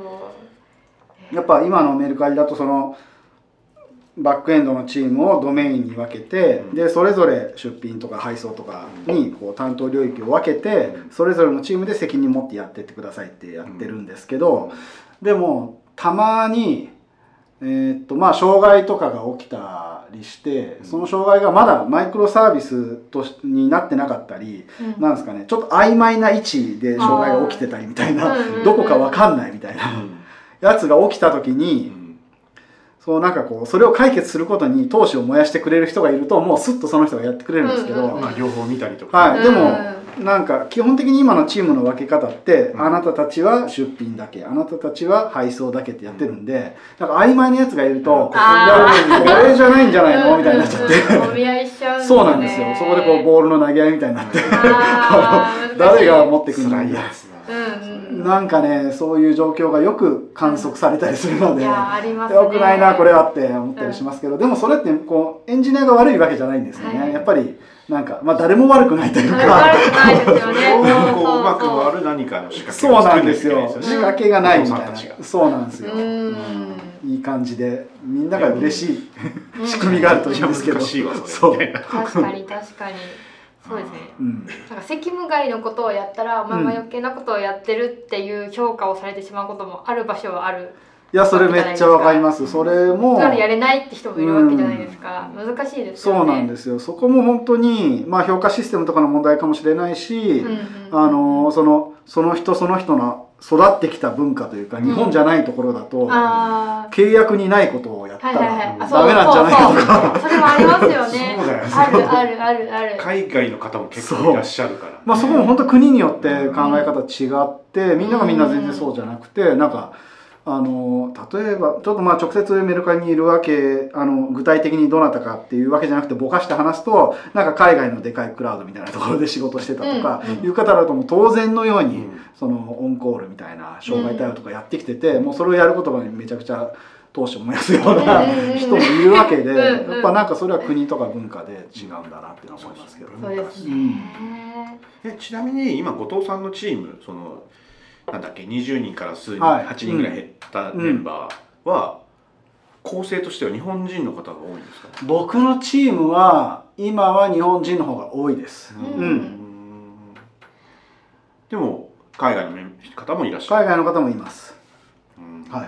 やっぱ今のメルカリだとそのバックエンドのチームをドメインに分けて、でそれぞれ出品とか配送とかにこう担当領域を分けて、それぞれのチームで責任持ってやってってくださいってやってるんですけど、でもたまに障害とかが起きたりして、その障害がまだマイクロサービスになってなかったり、なんですかね、ちょっと曖昧な位置で障害が起きてたりみたいな、どこか分かんないみたいなやつが起きた時に、そうなんかこうそれを解決することに闘志を燃やしてくれる人がいると、もうスッとその人がやってくれるんですけど、 両方見たりとか、 はい、でもなんか基本的に今のチームの分け方って、あなたたちは出品だけ、あなたたちは配送だけってやってるんで、なんか曖昧なやつがいると「いや俺じゃないんじゃないの?」みたいになっちゃって、 お見合いしちゃうんですね。 そうなんですよ。そこでこうボールの投げ合いみたいになって誰が持ってくるのみたいな。なんかね、そういう状況がよく観測されたりするので、よくないなこれはって思ったりしますけど、でもそれってこうエンジニアが悪いわけじゃないんですよね。やっぱりなんか誰も悪くないというか、 悪くないですよね。 うまく回る何かの仕掛け、 そうなんですよ。仕掛けがないみたいな、そうなんですよ。いい感じでみんなが嬉しい仕組みがあるといいんですけど、 そう確かにそうですね。なんか責務外のことをやったら、余計なことをやってるっていう評価をされてしまうこともある場所はある。 いや、それめっちゃわかります。それもだからやれないって人もいるわけじゃないですか。難しいですよね。 そうなんですよ。そこも本当に評価システムとかの問題かもしれないし、その人その人の育ってきた文化というか、日本じゃないところだと契約にないことをやったらダメなんじゃないかとか、 それもありますよね。ある。 海外の方も結構いらっしゃるから。 そこも本当国によって考え方違って、みんながみんな全然そうじゃなくて、なんか例えばちょっと直接メルカリにいるわけ、具体的にどなたかっていうわけじゃなくてぼかして話すと、なんか海外のでかいクラウドみたいなところで仕事してたとかいう方だと、もう当然のようにそのオンコールみたいな障害対応とかやってきてて、もうそれをやることがめちゃくちゃ闘志を燃やすような人もいるわけで、やっぱなんかそれは国とか文化で違うんだなって思いますけどね。 そうですね。 ちなみに今後藤さんのチーム、そのなんだっけ、20人から数人、8人ぐらい減ったメンバーは、構成としては日本人の方が多いんですか？ 僕のチームは今は日本人の方が多いです。 でも海外の方もいらっしゃる？ 海外の方もいます。はい。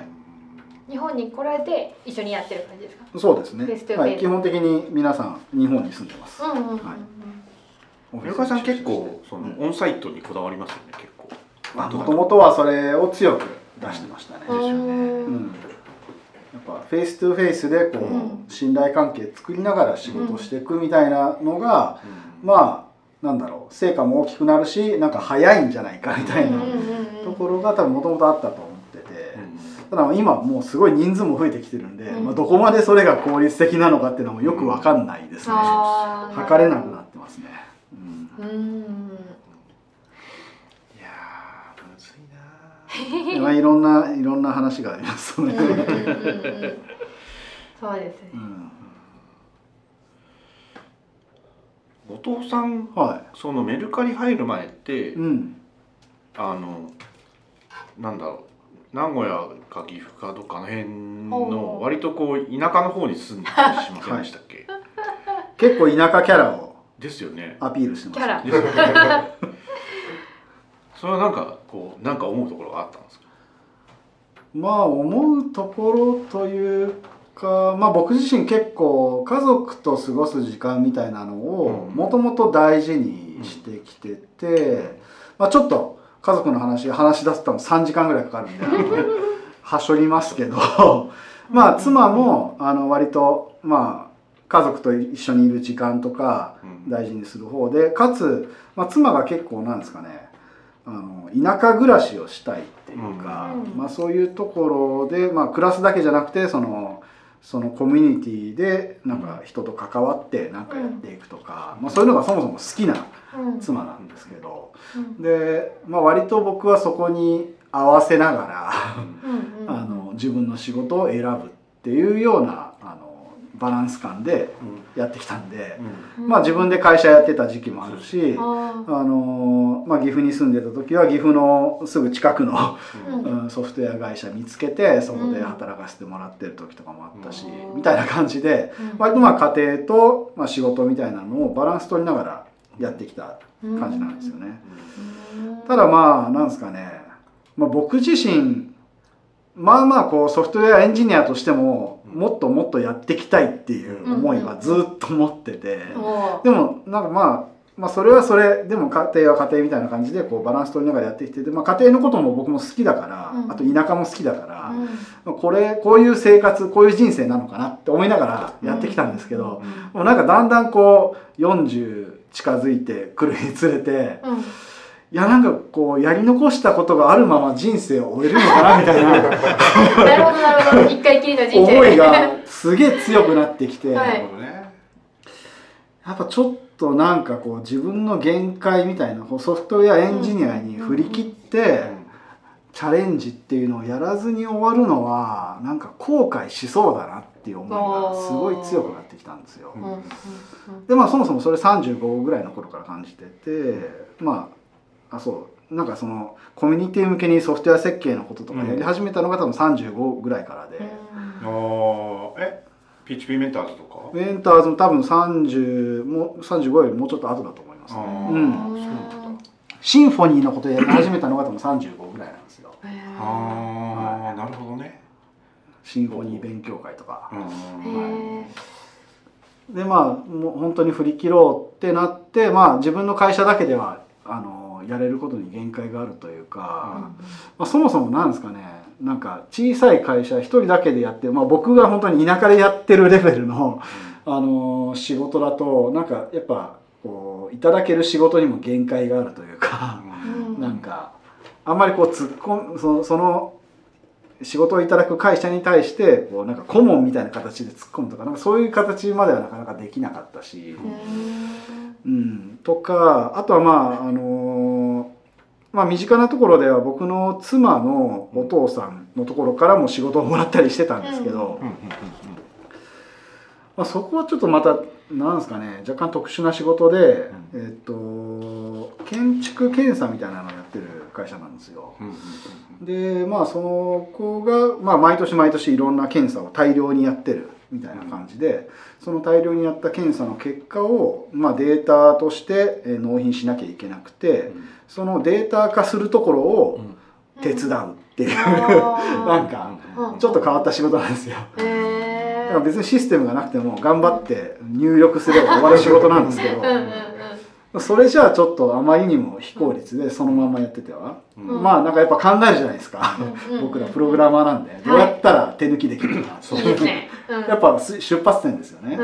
日本に来られて一緒にやってる感じですか？ そうですね。はい、基本的に皆さん日本に住んでます。 メルカリさん結構そのオンサイトにこだわりますよね、結構。 もともとはそれを強く出してましたね。やっぱフェイストゥフェイスでこう信頼関係作りながら仕事していくみたいなのが、なんだろう、成果も大きくなるし、なんか早いんじゃないかみたいなところが多分もともとあったと思ってて、ただ今もうすごい人数も増えてきてるんで、どこまでそれが効率的なのかっていうのもよく分かんないですね。測れなくなってますね。いろんな話がありますね。 そうですね。 後藤さん、そのメルカリ入る前って、なんだろう、名古屋か岐阜かどっかの辺の割とこう田舎の方に住んでたりしませんでしたっけ？ 結構田舎キャラをですよね。 アピールしてました。 それはなんかこうなんか思うところがあったんですか？ まあ思うところというか、まあ僕自身結構家族と過ごす時間みたいなのをもともと大事にしてきてて、まあちょっと家族の話し出すと3時間ぐらいかかるんではしょりますけどまあ妻も割とまあ家族と一緒にいる時間とか大事にする方で、かつ、まあ、妻が結構なんですかね、田舎暮らしをしたいっていうか、まあ、そういうところで、まあ、暮らすだけじゃなくてそのコミュニティでなんか人と関わってなんかやっていくとか、まあ、そういうのがそもそも好きな妻なんですけど、で、まあ、割と僕はそこに合わせながら自分の仕事を選ぶっていうようなバランス感でやってきたんで、まあ自分で会社やってた時期もあるし、まあ、岐阜に住んでた時は岐阜のすぐ近くのソフトウェア会社見つけてそこで働かせてもらってる時とかもあったし、みたいな感じで割とまあ家庭とまあ仕事みたいなのをバランス取りながらやってきた感じなんですよね。ただまあなんですかね、まあ、僕自身まあまあこうソフトウェアエンジニアとしてももっともっとやっていきたいっていう思いはずっと持ってて、でもなんかまあそれはそれでも家庭は家庭みたいな感じでこうバランス取りながらやってきてて、まあ、家庭のことも僕も好きだから、あと田舎も好きだから、こういう生活こういう人生なのかなって思いながらやってきたんですけど、もうなんかだんだんこう40近づいてくるにつれて、いやなんかこうやり残したことがあるまま人生を終えるのかなみたいななるほどなるほど、一回きりの人生思いがすげえ強くなってきて、 はい、 やっぱちょっとなんかこう自分の限界みたいなソフトウェアエンジニアに振り切ってチャレンジっていうのをやらずに終わるのはなんか後悔しそうだなっていう思いがすごい強くなってきたんですよ。でまあそもそもそれ35ぐらいの頃から感じてて、まあそうなんかそのコミュニティ向けにソフトウェア設計のこととかやり始めたのが多分35ぐらいからで、 PHP メンターズとかメンターズも多分35よりもうちょっと後だと思いますね。シンフォニーのことやり始めたのが多分35ぐらいなんですよ。 なるほどね。 シンフォニー勉強会とか。でまあもう本当に振り切ろうってなって、まあ自分の会社だけではやれることに限界があるというか、まあ、そもそもなんですかね、なんか小さい会社一人だけでやって、まあ、僕が本当に田舎でやってるレベルの、仕事だとなんかやっぱこういただける仕事にも限界があるというか、なんかあんまりこうその仕事をいただく会社に対してこうなんか顧問みたいな形で突っ込むとか、なんかそういう形まではなかなかできなかったし。とかあとはまあ身近なところでは僕の妻のお父さんのところからも仕事をもらったりしてたんですけど、まあ、そこはちょっとまたなんですかね、若干特殊な仕事で、建築検査みたいなのをやってる会社なんですよ。でまあその子が、まあ、毎年毎年いろんな検査を大量にやってるみたいな感じで、その大量にやった検査の結果を、まあ、データとして納品しなきゃいけなくて、そのデータ化するところを手伝うっていうなんかちょっと変わった仕事なんですよ。だから別にシステムがなくても頑張って入力すれば終わる仕事なんですけど、それじゃあちょっとあまりにも非効率でそのままやってては、まあなんかやっぱ考えるじゃないですか、僕らプログラマーなんでどうやったら手抜きできるかなってやっぱ出発点ですよね。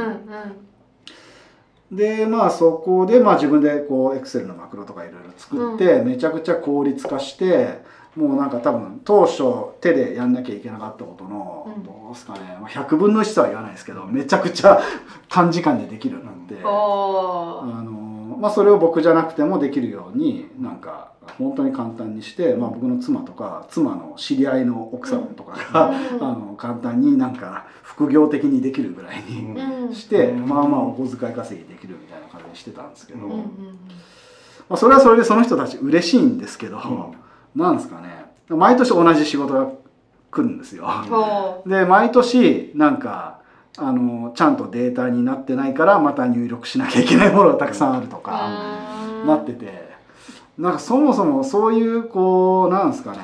でまあそこでまあ自分でこう Excel のマクロとかいろいろ作ってめちゃくちゃ効率化して、もうなんか多分当初手でやんなきゃいけなかったことのどうですかね、100分の1とは言わないですけどめちゃくちゃ短時間でできるようになって、まあそれを僕じゃなくてもできるようになんか本当に簡単にして、まあ、僕の妻とか妻の知り合いの奥さんとかが、簡単になんか副業的にできるぐらいにして、まあまあお小遣い稼ぎできるみたいな感じにしてたんですけど、まあ、それはそれでその人たち嬉しいんですけど、なんですかね、毎年同じ仕事が来るんですよ。で毎年なんかちゃんとデータになってないからまた入力しなきゃいけないものがたくさんあるとかなってて、なんかそもそもそういうこうなんですかね、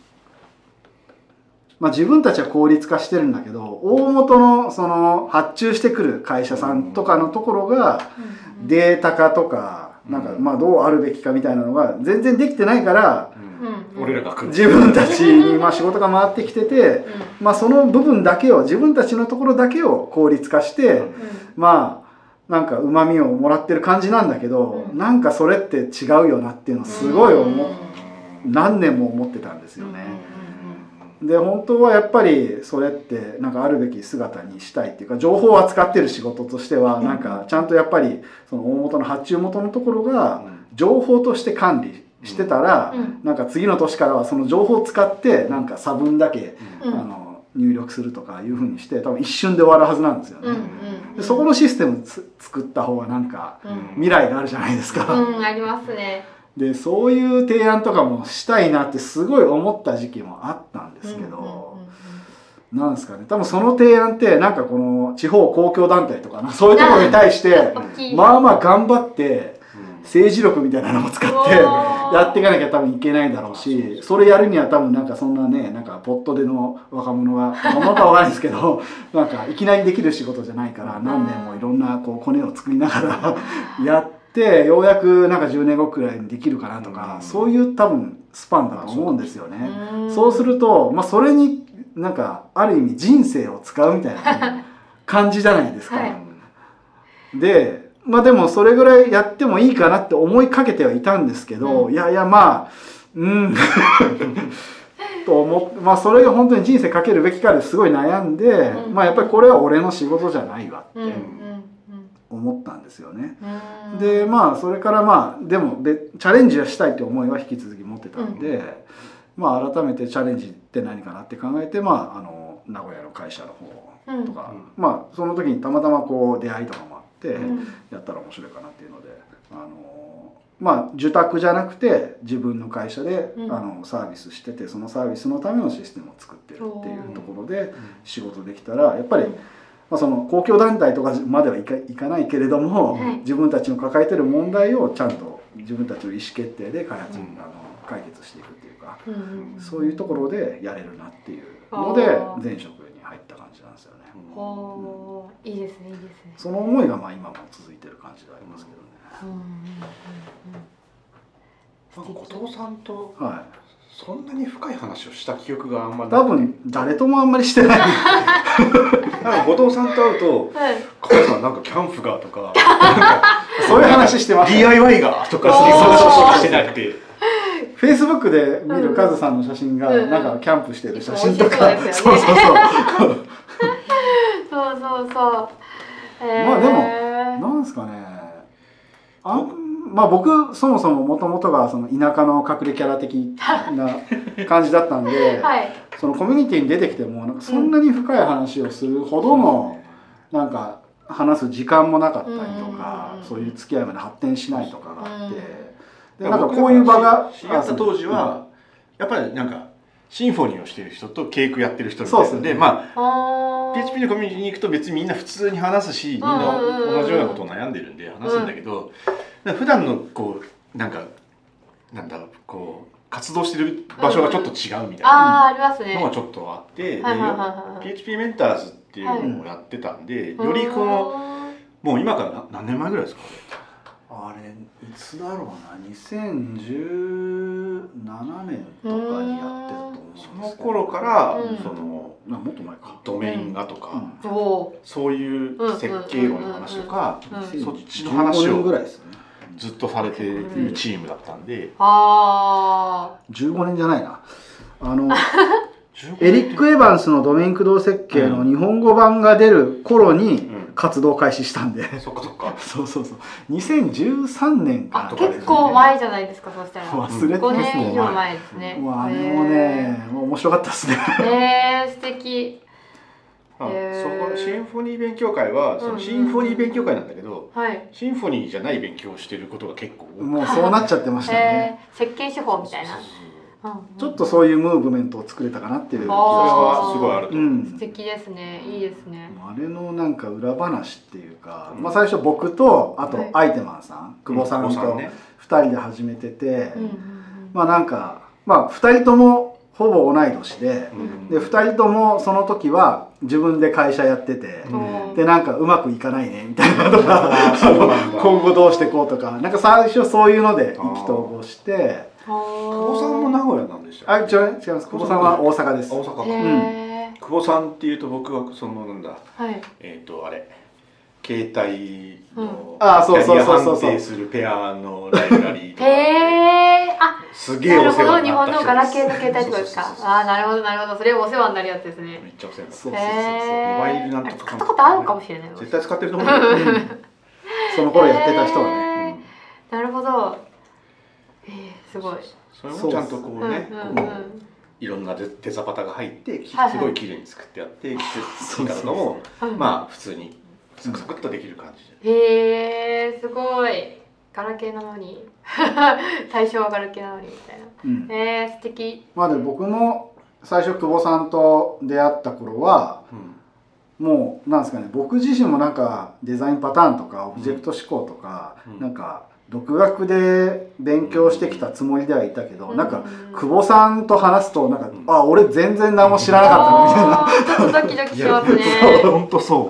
まあ、自分たちは効率化してるんだけど大元のその発注してくる会社さんとかのところがデータ化とかなんかまあどうあるべきかみたいなのが全然できてないから、 俺らが自分たちにまあ仕事が回ってきてて、まあその部分だけを自分たちのところだけを効率化して、まあなんか旨味をもらってる感じなんだけど、なんかそれって違うよなっていうのをすごい何年も思ってたんですよね。で本当はやっぱりそれってなんかあるべき姿にしたいっていうか、情報を扱ってる仕事としてはなんかちゃんとやっぱりその大元の発注元のところが情報として管理してたら、なんか次の年からはその情報を使ってなんか差分だけ入力するとかいうふうにして多分一瞬で終わるはずなんですよね。でそこのシステム作った方がなんか未来があるじゃないですか。 ありますね。 でそういう提案とかもしたいなってすごい思った時期もあったんですけど、なんですかね、多分その提案ってなんかこの地方公共団体とかなそういうところに対してまあまあ頑張って政治力みたいなのを使ってやっていかなきゃ多分いけないだろうし、それやるには多分なんかそんなね、なんかポットでの若者がか分かんないですけどなんかいきなりできる仕事じゃないから何年もいろんなこうコネを作りながらやってようやくなんか10年後くらいにできるかなとか、そういう多分スパンだと思うんですよね。そうすると、まあ、それになんかある意味人生を使うみたいな感じじゃないですか。でまあでもそれぐらいやってもいいかなって思いかけてはいたんですけど、いやいやまあと思って、まあそれが本当に人生かけるべきかですごい悩んで、まあやっぱりこれは俺の仕事じゃないわって思ったんですよね。でまあそれからまあでもチャレンジはしたいって思いは引き続き持ってたんで、まあ改めてチャレンジって何かなって考えて、まあ名古屋の会社の方とか、まあその時にたまたまこう出会いとかもあってやったら面白いかなっていうので、まあ受託じゃなくて自分の会社でサービスしてて、そのサービスのためのシステムを作ってるっていうところで仕事できたらやっぱり。まあその公共団体とかまではいかないけれども、自分たちの抱えてる問題をちゃんと自分たちの意思決定で解決していくっていうか、そういうところでやれるなっていうので前職に入った感じなんですよね。 いいですね、いいですね。 その思いがまあ今も続いてる感じでありますけどね。 後藤さんとそんなに深い話をした記憶があんまり多分誰ともあんまりしてない後藤さんと会うと「カズさんなんかキャンプが」とかそういう話してます。 DIY がとかそういう話してなくて、 フェイスブックで見るカズさんの写真がなんかキャンプしてる写真とか、 そうそうまあでもなんですかね、まあ僕そもそももともとがその田舎の隠れキャラ的な感じだったんで、そのコミュニティに出てきてもなんかそんなに深い話をするほどのなんか話す時間もなかったりとか、そういう付き合いまで発展しないとかがあって、でなんかこういう場が知り合った当時はやっぱりなんかシンフォニーをしてる人とケイクやってる人みたいなで、まあ PHP のコミュニティに行くと別にみんな普通に話すし、みんな同じようなことを悩んでるんで話すんだけど、普段のこうなんかなんだろうこう活動してる場所がちょっと違うみたいなのがちょっとあって、PHP メンターズっていうのをやってたんで、よりこのもう今から何年前ぐらいですか？ あれいつだろうな、2017年とかにやってたと思うんですけど、 その頃からそのもっと前かドメインがとか、そういう設計論の話とか、そっちの話をずっとされているチームだったんで、 15年じゃないな、エリック・エヴァンスのドメイン駆動設計の日本語版が出る頃に活動開始したんでそっかそっかそう2013年かな。結構前じゃないですか、そうしたら忘れてますね。 5年以上前ですね。 あれもね面白かったですね。 素敵。 そこシンフォニー勉強会はそのシンフォニー勉強会なんだけど、シンフォニーじゃない勉強をしてることが結構もうそうなっちゃってましたね。 設計手法みたいな。 ちょっとそういうムーブメントを作れたかなっていう気がします。すごいあると思う。 素敵ですね。いいですね。 あれのなんか裏話っていうか、最初僕とあとアイテマンさん、久保さんと2人で始めてて、なんか2人ともほぼ同い年で、2人ともその時は自分で会社やってて、でなんかうまくいかないねみたいなとか今後どうしてこうとか、なんか最初そういうので意気投合して。 久保さんも名古屋なんでしたっけ？違います。久保さんは大阪です。 大阪か。久保さんっていうと僕はそのなんだ。あれ携帯のキャリア判定するペアのライブラリーとか。すげえお世話になった人です。 日本のガラケーの携帯ってことですか。なるほどなるほど。それお世話になるやつですね。 めっちゃお世話になった。モバイルなんとか。 使ったことあるかもしれない。 絶対使ってると思う。 その頃やってた人はね。 なるほど。すごい。 それもちゃんとこうね、いろんなデザパタが入ってすごい綺麗に作ってあって作り方も普通にサクサクっとできる感じで。すごい。ガラケーなのに最初はガラケーなのにみたいな。素敵。 で僕も最初久保さんと出会った頃はもうなんですかね、僕自身もなんかデザインパターンとかオブジェクト思考とかなんか独学で勉強してきたつもりではいたけど、なんか久保さんと話すとなんか俺全然何も知らなかったみたいな、 ちょっとドキドキしますね。 本当そう。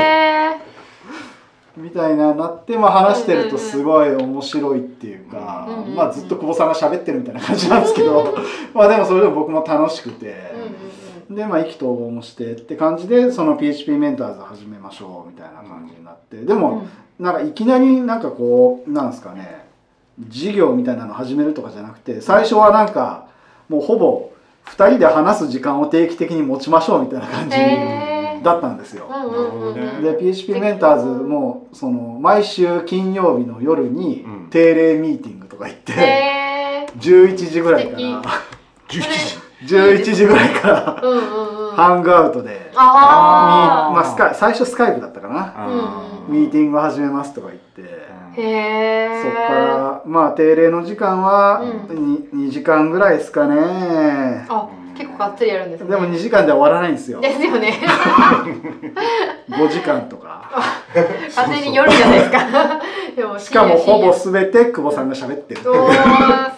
みたいななって話してるとすごい面白いっていうか、ずっと久保さんが喋ってるみたいな感じなんですけどでもそれでも僕も楽しくて、で意気投合もしてって感じでその PHP メンターズ始めましょうみたいな感じになって、でもなんかいきなりなんかこうなんですかね、事業みたいなの始めるとかじゃなくて、最初はなんかもうほぼ2人で話す時間を定期的に持ちましょうみたいな感じだったんですよ。で PHP メンターズもその毎週金曜日の夜に定例ミーティングとか行って11時ぐらいから11時ぐらいからハングアウトで最初スカイプだったかな、ミーティング始めますとか言って、そっから定例の時間は2時間ぐらいですかね。 結構がっつりやるんですね。 でも2時間では終わらないんですよ。 ですよね。 5時間とか。 完全に夜じゃないですか。でもしかもほぼ全て久保さんが喋ってる。 すごい。 そうなんだ。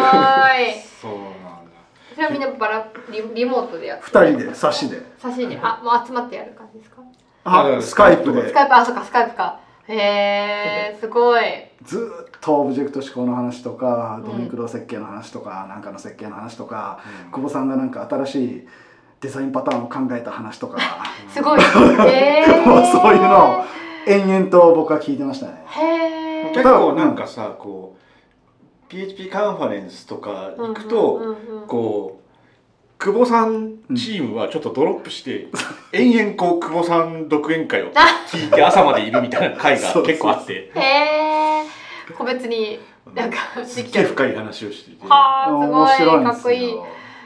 それはみんなリモートでやって。 2人で差しで。 もう集まってやる感じですか。 スカイプで。 そうかスカイプか。すごい。 ずっとオブジェクト思考の話とかドミクロ設計の話とかなんかの設計の話とか、久保さんがなんか新しいデザインパターンを考えた話とかすごい。 そういうのを延々と僕は聞いてましたね。 結構なんかさこう PHP カンファレンスとか行くとこう久保さんチームはちょっとドロップして延々こう久保さん独演会を聞いて朝までいるみたいな会が結構あって、 個別になんかすっげえ深い話をしていて、 すごいかっこいい。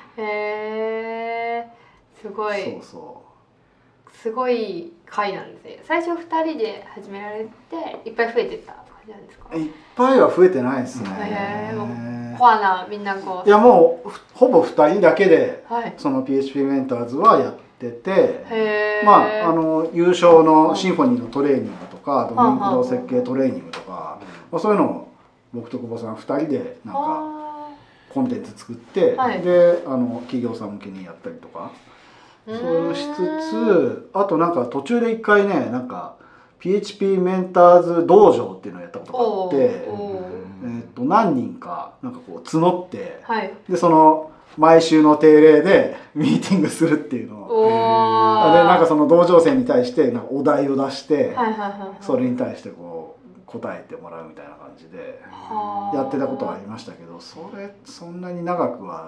すごい。すごい会なんですね。最初2人で始められていっぱい増えてった感じなんですか。 いっぱいは増えてないですね。 コアなみんなこう。 いやもうほぼ2人だけでその PHP メンターズはやってて、優勝のシンフォニーのトレーニングとかドミクロ設計トレーニングとか、そういうのを僕と久保さん2人でなんかコンテンツ作って、で企業さん向けにやったりとか。そうしつつ、あとなんか途中で一回ねなんか PHP メンターズ道場っていうのをやったことがあって、何人かなんかこう募って、でその毎週の定例でミーティングするっていうのを、でなんかその同情生に対してなんかお題を出して、それに対してこう答えてもらうみたいな感じでやってたことはありましたけど、そんなに長くは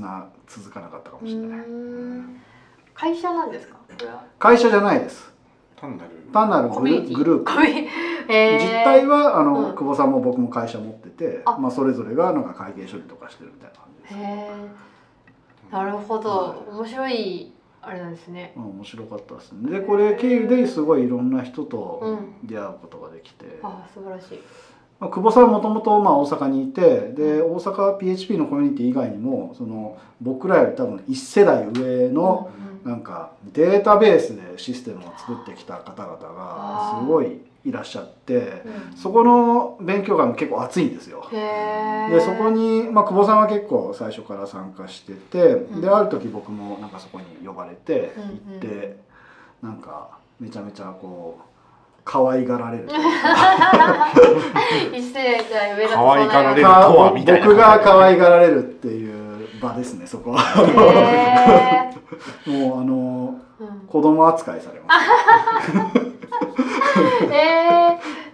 続かなかったかもしれない。 会社なんですか？ 会社じゃないです。 単なるグループ。実態は久保さんも僕も会社持ってて、まあそれぞれがなんか会計処理とかしてるみたいな感じです。 へえ、なるほど、面白いあれなんですね。 面白かったですね。でこれ経由ですごいいろんな人と出会うことができて、 あ、素晴らしい。 久保さんはもともと大阪にいて、で大阪 PHP のコミュニティ以外にもその僕らより多分1世代上のなんかデータベースでシステムを作ってきた方々がすごいいらっしゃって、そこの勉強会も結構熱いんですよ。でそこに、久保さんは結構最初から参加してて、である時僕もなんかそこに呼ばれて行って、なんかめちゃめちゃこう可愛がられる一世代上だと可愛がられるとはみたいな、 僕が可愛がられるっていう場ですね、そこは。もう子供扱いされます。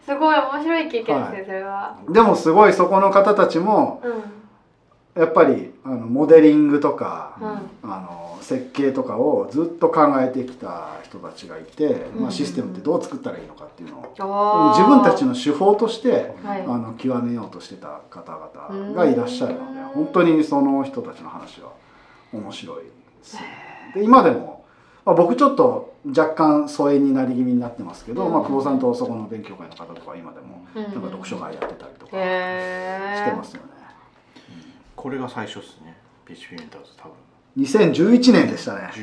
すごい面白い経験ですね、それは。 でもすごいそこの方たちも、やっぱりモデリングとか、設計とかをずっと考えてきた人たちがいて、システムってどう作ったらいいのかっていうのを自分たちの手法として極めようとしてた方々がいらっしゃるので、本当にその人たちの話は面白いですよね。で今でも、僕ちょっと若干疎遠になり気味になってますけど、久保さんとそこの勉強会の方とか今でもなんか読書会やってたりとかしてますよね。 これが最初ですね、PHP メンターズ多分。 2011年でしたね。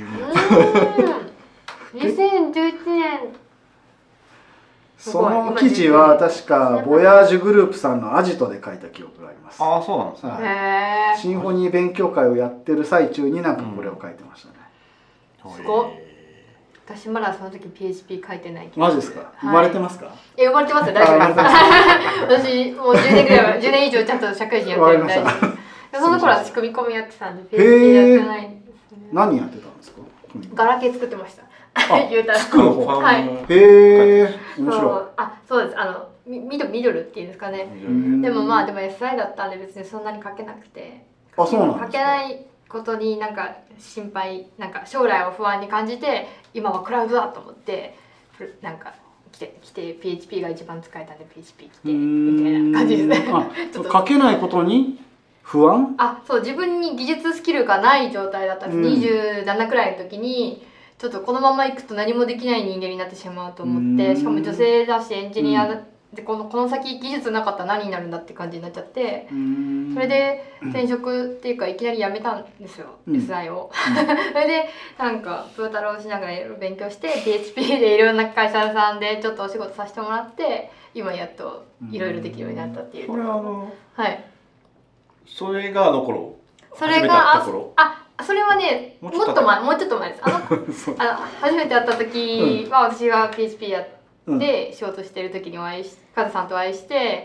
2011年。 その記事は確かボヤージュグループさんのアジトで書いた記憶があります。 ああ、そうなんですね。 シンフォニー勉強会をやってる最中になんかこれを書いてましたね。 すごっ。私まだその時 PHP 書いてないけど。 マジですか？生まれてますか？ 生まれてますよ、大丈夫です。私もう10年ぐらいは10年以上ちゃんと社会人やってるんで。その頃は仕組み込みやってたんで PHP やってないんですね。 何やってたんですか？ ガラケー作ってました。言うたら。 はい。へえ、面白い。 そうです。ミドルっていうんですかね。でもSI だったんで別にそんなに書けなくて。 そうなんですか。 書けないことになんか心配、なんか将来を不安に感じて、今はクラウドだと思ってなんか来て PHP が一番使えたんで PHP 来てみたいな感じですね。 書けないことに不安？ そう、自分に技術スキルがない状態だったんです。27くらいの時にちょっとこのままいくと何もできない人間になってしまうと思って、しかも女性だしエンジニアでこの先技術なかったら何になるんだって感じになっちゃって、それで転職っていうかいきなり辞めたんですよ、SI を。それでなんかプータローしながらいろいろ勉強して PHP でいろんな会社さんでちょっとお仕事させてもらって、今やっといろいろできるようになったっていう。 これはい。 それが頃。 それがそれはね、もうちょっと前です。初めて会った時は私が PHP やって仕事してる時にカズさんとお会いして、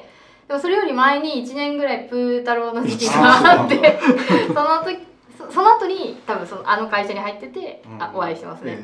でもそれより前に1年ぐらいプー太郎の時期があってその後に多分会社に入っててお会いしてますね。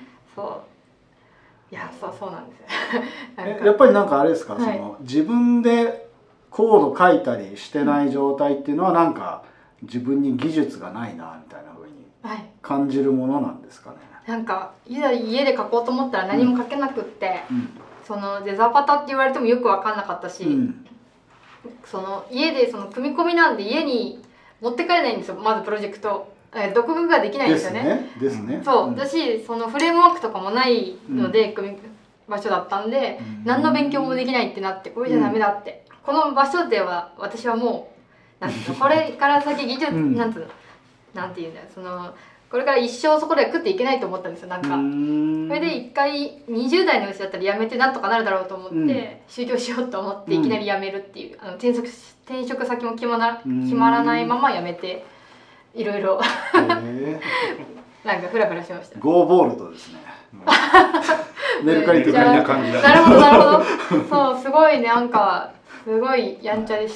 そういや、そうなんですよ。 やっぱりなんかあれですか、自分でコード書いたりしてない状態っていうのはなんか自分に技術がないなみたいな風に感じるものなんですかね。 なんかいざ家で書こうと思ったら何も書けなくって、デザパタって言われてもよく分かんなかったし、家で組み込みなんで家に持って帰れないんですよ。まずプロジェクト読書ができないんですよね。 ですね。 そうだし、フレームワークとかもないので、場所だったんで、何の勉強もできないってなって、これじゃダメだって、この場所では私はもうこれから先技術なんていうんだよ、これから一生そこでは食っていけないと思ったんですよ。なんかそれで一回20代のうちだったらやめてなんとかなるだろうと思って、修行しようと思っていきなりやめるっていう、転職先も決まらないままやめて、いろいろなんかフラフラしました。 ゴーボールドですね。メルカリ的な感じだ。 なるほどなるほど。そう、すごいなんかすごいやんちゃでした。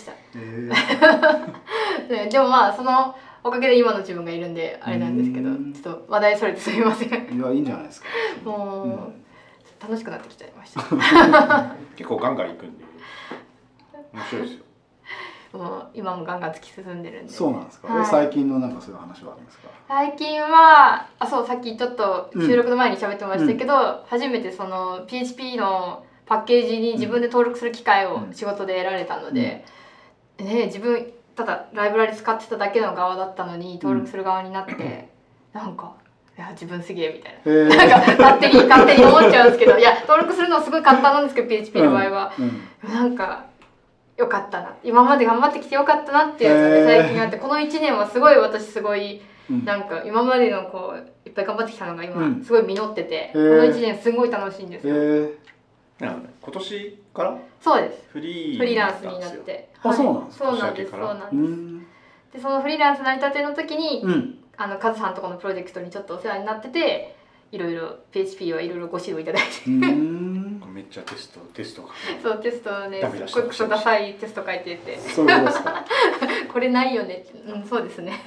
でもそのおかげで今の自分がいるんであれなんですけど、ちょっと話題それてすみません。 いや、いいんじゃないですか。 もう楽しくなってきちゃいました。 結構ガンガンいくんで面白いですよ。 もう今もガンガン突き進んでるんで。 そうなんですか、 はい、 最近のなんかそういう話はあるんですか？ 最近はそうさっきちょっと収録の前に喋ってましたけど、初めてその PHP のパッケージに自分で登録する機会を仕事で得られたので、自分ただライブラリ使ってただけの側だったのに登録する側になって、なんかいや自分すげえみたいな、なんか勝手に思っちゃうんですけど、いや登録するのはすごい簡単なんですけど PHP の場合は、なんかよかったな、今まで頑張ってきてよかったなっていうやつで最近あって、この1年はすごいなんか今までのこういっぱい頑張ってきたのが今すごい実ってて、この1年すごい楽しいんですよ。 今年からそうです、 フリーランスになって。 そうなんですか？ そうなんです。でそのフリーランス成り立ての時に、カズさんとこのプロジェクトにちょっとお世話になってて、いろいろ PHP はいろいろご指導いただいてめっちゃテストがそうテストをねすっごいクソダサいテスト書いてて、 そうですかこれないよねって、そうですね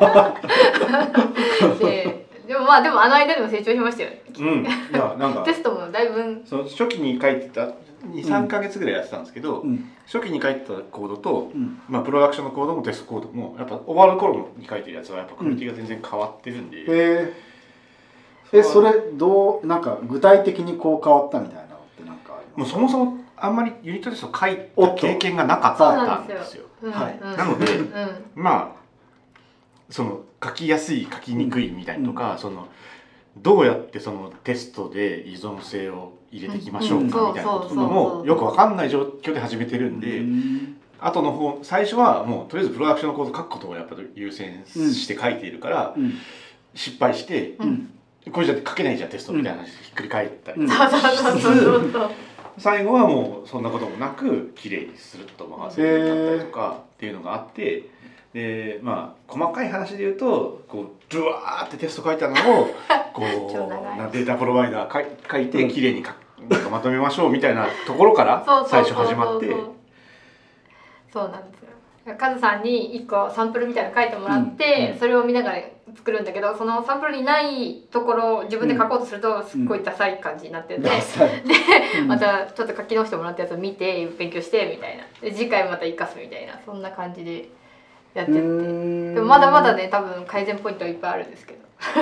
でもあの間でも成長しましたよね。 いやなんかテストもだいぶその初期に書いてた2,3 ヶ月ぐらいやってたんですけど、初期に書いてたコードと、プロダクションのコードもテストコードもやっぱ終わる頃に書いてるやつはやっぱクオリティが全然変わってるんで、 それなんか具体的にこう変わったみたいなのってなんかあります？ もうそもそもあんまりユニットテスト書いた経験がなかったんですよ。なので、まあその書きやすい書きにくいみたいなとか、そのどうやってそのテストで依存性を入れていきましょうかみたいなこともよく分かんない状況で始めてるんで、後の方最初はもうとりあえずプロダクションのコード書くことをやっぱり優先して書いているから、失敗して、これじゃ書けないじゃんテストみたいな話でひっくり返ったりしつつ、最後はもうそんなこともなく綺麗にスルッと回せるようになったりとかっていうのがあって、でまあ細かい話で言うとこうドゥワーってテスト書いたのをこうデータプロバイダー書いて綺麗になんかまとめましょうみたいなところから最初始まって。 そうなんですよ。カズさんに1個サンプルみたいなの書いてもらって、それを見ながら作るんだけど、そのサンプルにないところを自分で書こうとするとすっごいダサい感じになってて、でまたちょっと書き直してもらったやつを見て勉強してみたいな、で次回また活かすみたいな、そんな感じでやってって、でもまだまだね多分改善ポイントはいっぱいあるんですけど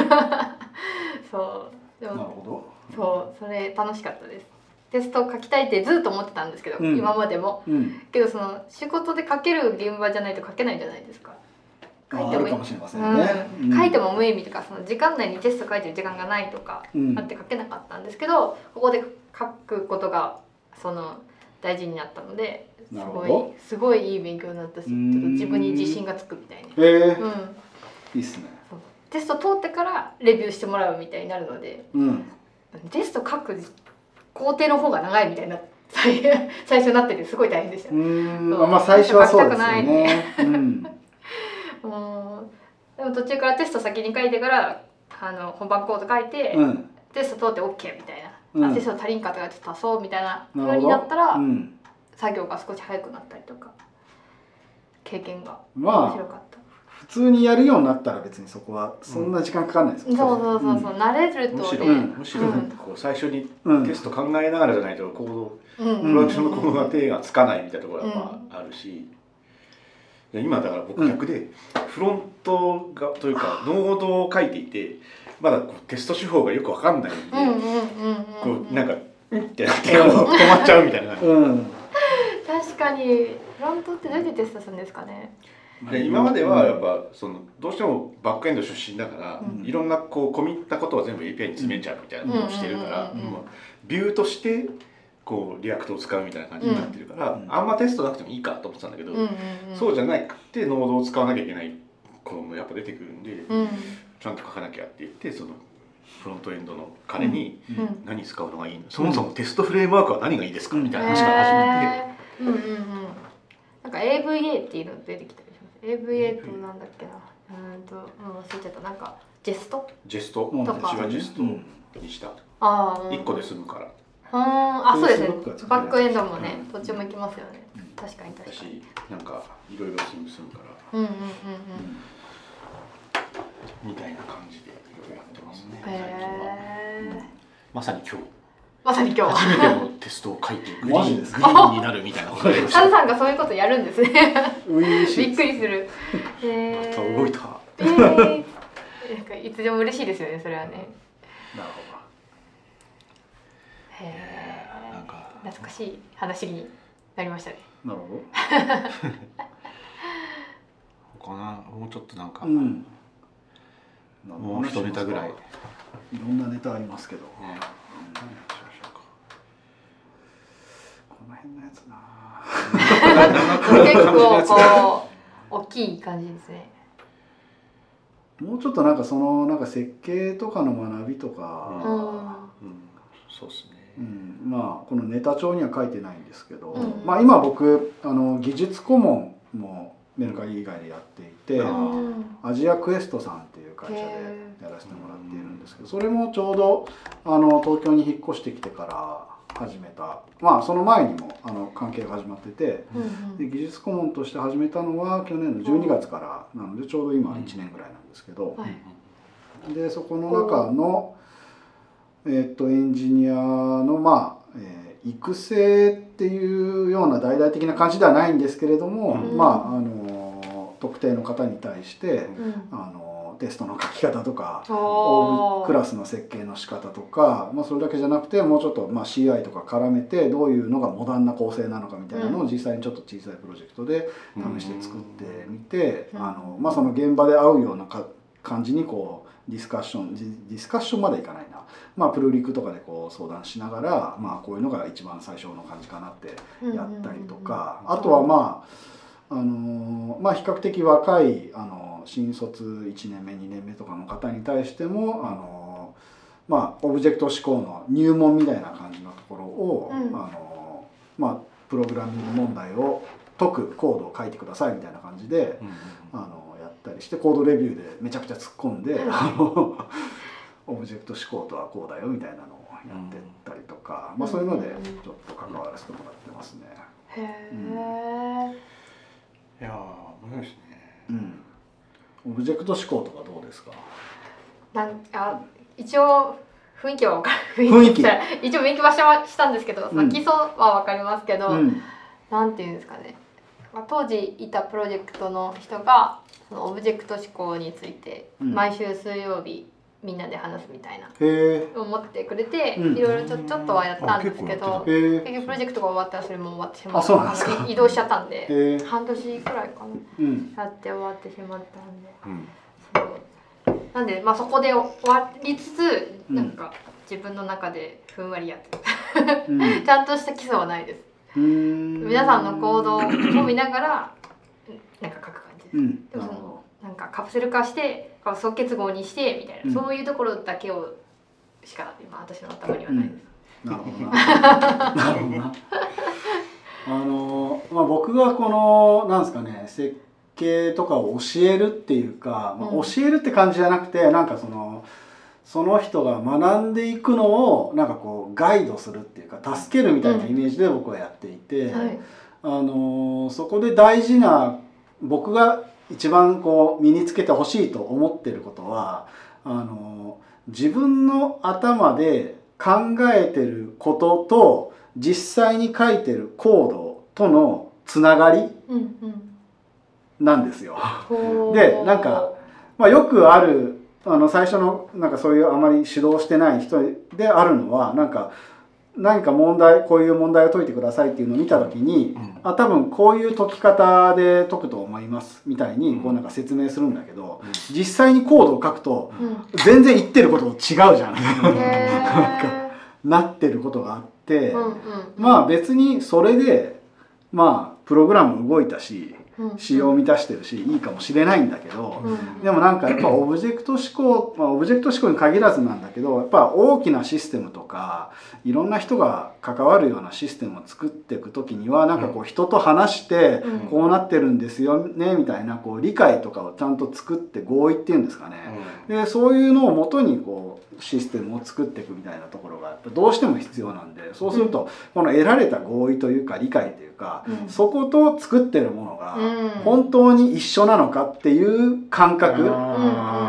そうでもなるほど、そうそれ楽しかったです。テストを書きたいってずっと思ってたんですけど、今までも、けどその仕事で書ける現場じゃないと書けないじゃないですか。 書いてもいいかもしれませんね。 書いても無意味とか、その時間内にテスト書いてる時間がないとかあって書けなかったんですけど、ここで書くことがその大事になったので、すごいいい勉強になったし、ちょっと自分に自信がつくみたいな。 いいっすね。 テスト通ってからレビューしてもらうみたいになるので、テスト書く工程の方が長いみたいな最初になっててすごい大変でした。 まあ最初はそうですよね。 でも途中からテスト先に書いてから本番コード書いて、テスト通って OK みたいな、テスト足りんかったからちょっと足そうみたいな風になったら、作業が少し早くなったりとか、経験が面白かった。 普通にやるようになったら別にそこはそんな時間かかんないですもんね。 そう慣れるとむしろこう最初にテスト考えながらじゃないとコードプロダクションのコードが手がつかないみたいなところがあるし、今だから僕逆でフロントがというかノードを書いていてまだテスト手法がよくわかんないんで、こうなんかってなって止まっちゃうみたいな。 確かにフロントってどうやってテストするんですかね。 今まではやっぱそのどうしてもバックエンド出身だから、いろんなこう込み入ったことは全部 API に詰めちゃうみたいなことをしてるから、ビューとしてこうリアクトを使うみたいな感じになってるから、あんまテストなくてもいいかと思ってたんだけど、そうじゃなくてノードを使わなきゃいけないこともやっぱ出てくるんで、ちゃんと書かなきゃって言って、そのフロントエンドの彼に何使うのがいいの、そもそもテストフレームワークは何がいいですかみたいな話から始まって、 なんか AVA っていうの出てきたりします。AVA となんだっけな、忘れちゃった。なんかジェストとか、私はジェストにした。1個で済むから。 そうですね。バックエンドもね、どっちも行きますよね。確かに確かに。 なんかいろいろ済むから。みたいな感じでいろいろやってますね。最近は。まさに今日まさに今日初めてのテストを書いてグリーンになるみたいなことでカズさんがそういうことやるんですねびっくりする動いたなんかいつでも嬉しいですよね、それはね。 なるほど。へえ。なんか懐かしい話になりましたね。 なるほど他な、もうちょっとなんか、 もう一ネタぐらいいろんなネタありますけど、この辺のやつな結構こう大きい感じですね。 もうちょっとなんかそのなんか設計とかの学びとか、 そうですね。 まあこのネタ帳には書いてないんですけど、まあ今僕技術顧問もメルカリ以外でやっていて、アジアクエストさんっていう会社でやらせてもらっているんですけど、それもちょうど東京に引っ越してきてから始めた、まあその前にも関係が始まってて、で技術顧問として始めたのは去年の12月からなのでちょうど今1年ぐらいなんですけど、でそこの中のエンジニアのまあ、育成っていうような大々的な感じではないんですけれども、まあ特定の方に対して、テストの書き方とかクラスの設計の仕方とか、まあ、それだけじゃなくてもうちょっとまあ CI とか絡めてどういうのがモダンな構成なのかみたいなのを実際にちょっと小さいプロジェクトで試して作ってみて、まあその現場で合うような感じにこうディスカッションまでいかないな、まあプルリクとかでこう相談しながら、まあこういうのが一番最初の感じかなってやったりとか、あとはまあまあ比較的若い新卒1年目2年目とかの方に対してもまあオブジェクト思考の入門みたいな感じのところを、まあプログラミング問題を解くコードを書いてくださいみたいな感じで、やったりしてコードレビューでめちゃくちゃ突っ込んでオブジェクト思考とはこうだよみたいなのをやってったりとか、まあそういうのでちょっと関わらせてもらってますね。 へえ。 いや面白いですね。 オブジェクト思考とかどうですか？ 一応雰囲気は分かる。一応勉強はしたんですけど、基礎は分かりますけど、なんていうんですかね。当時いたプロジェクトの人がそのオブジェクト思考について毎週水曜日みんなで話すみたいな思ってくれて、いろいろちょっとはやったんですけど、結局プロジェクトが終わったらそれも終わってしまって移動しちゃったんで、半年くらいかな、やって終わってしまったんで、そうなんでまあそこで終わりつつなんか自分の中でふんわりやってちゃんとした基礎はないです。皆さんの行動を見ながらなんか書く感じです。でもそのなんかカプセル化して即結合にしてみたいな、そういうところだけをしか今私の頭にはないです。 なるほどな。なるほどな。まあ僕がこのなんですかね、設計とかを教えるっていうか、まあ、教えるって感じじゃなくて、なんかその人が学んでいくのをなんかこうガイドするっていうか助けるみたいなイメージで僕はやっていて、そこで大事な僕が一番こう身につけてほしいと思ってることは自分の頭で考えてることと実際に書いてるコードとのつながりなんですよ。でなんか、まあ、よくある最初のなんかそういうあまり指導してない人であるのはなんか何かこういう問題を解いてくださいっていうのを見た時に、多分こういう解き方で解くと思いますみたいにこうなんか説明するんだけど、実際にコードを書くと全然言ってることと違うじゃん。なんかなってることがあって、まあ別にそれでまあプログラム動いたし仕様を満たしてるしいいかもしれないんだけど、でもなんかやっぱオブジェクト思考、まあ、オブジェクト思考に限らずなんだけど、やっぱ大きなシステムとかいろんな人が関わるようなシステムを作っていく時にはなんかこう人と話してこうなってるんですよねみたいなこう理解とかをちゃんと作って合意っていうんですかね、でそういうのをもとにこうシステムを作っていくみたいなところがやっぱどうしても必要なんで、そうするとこの得られた合意というか理解というか、そこと作ってるものが本当に一緒なのかっていう感覚、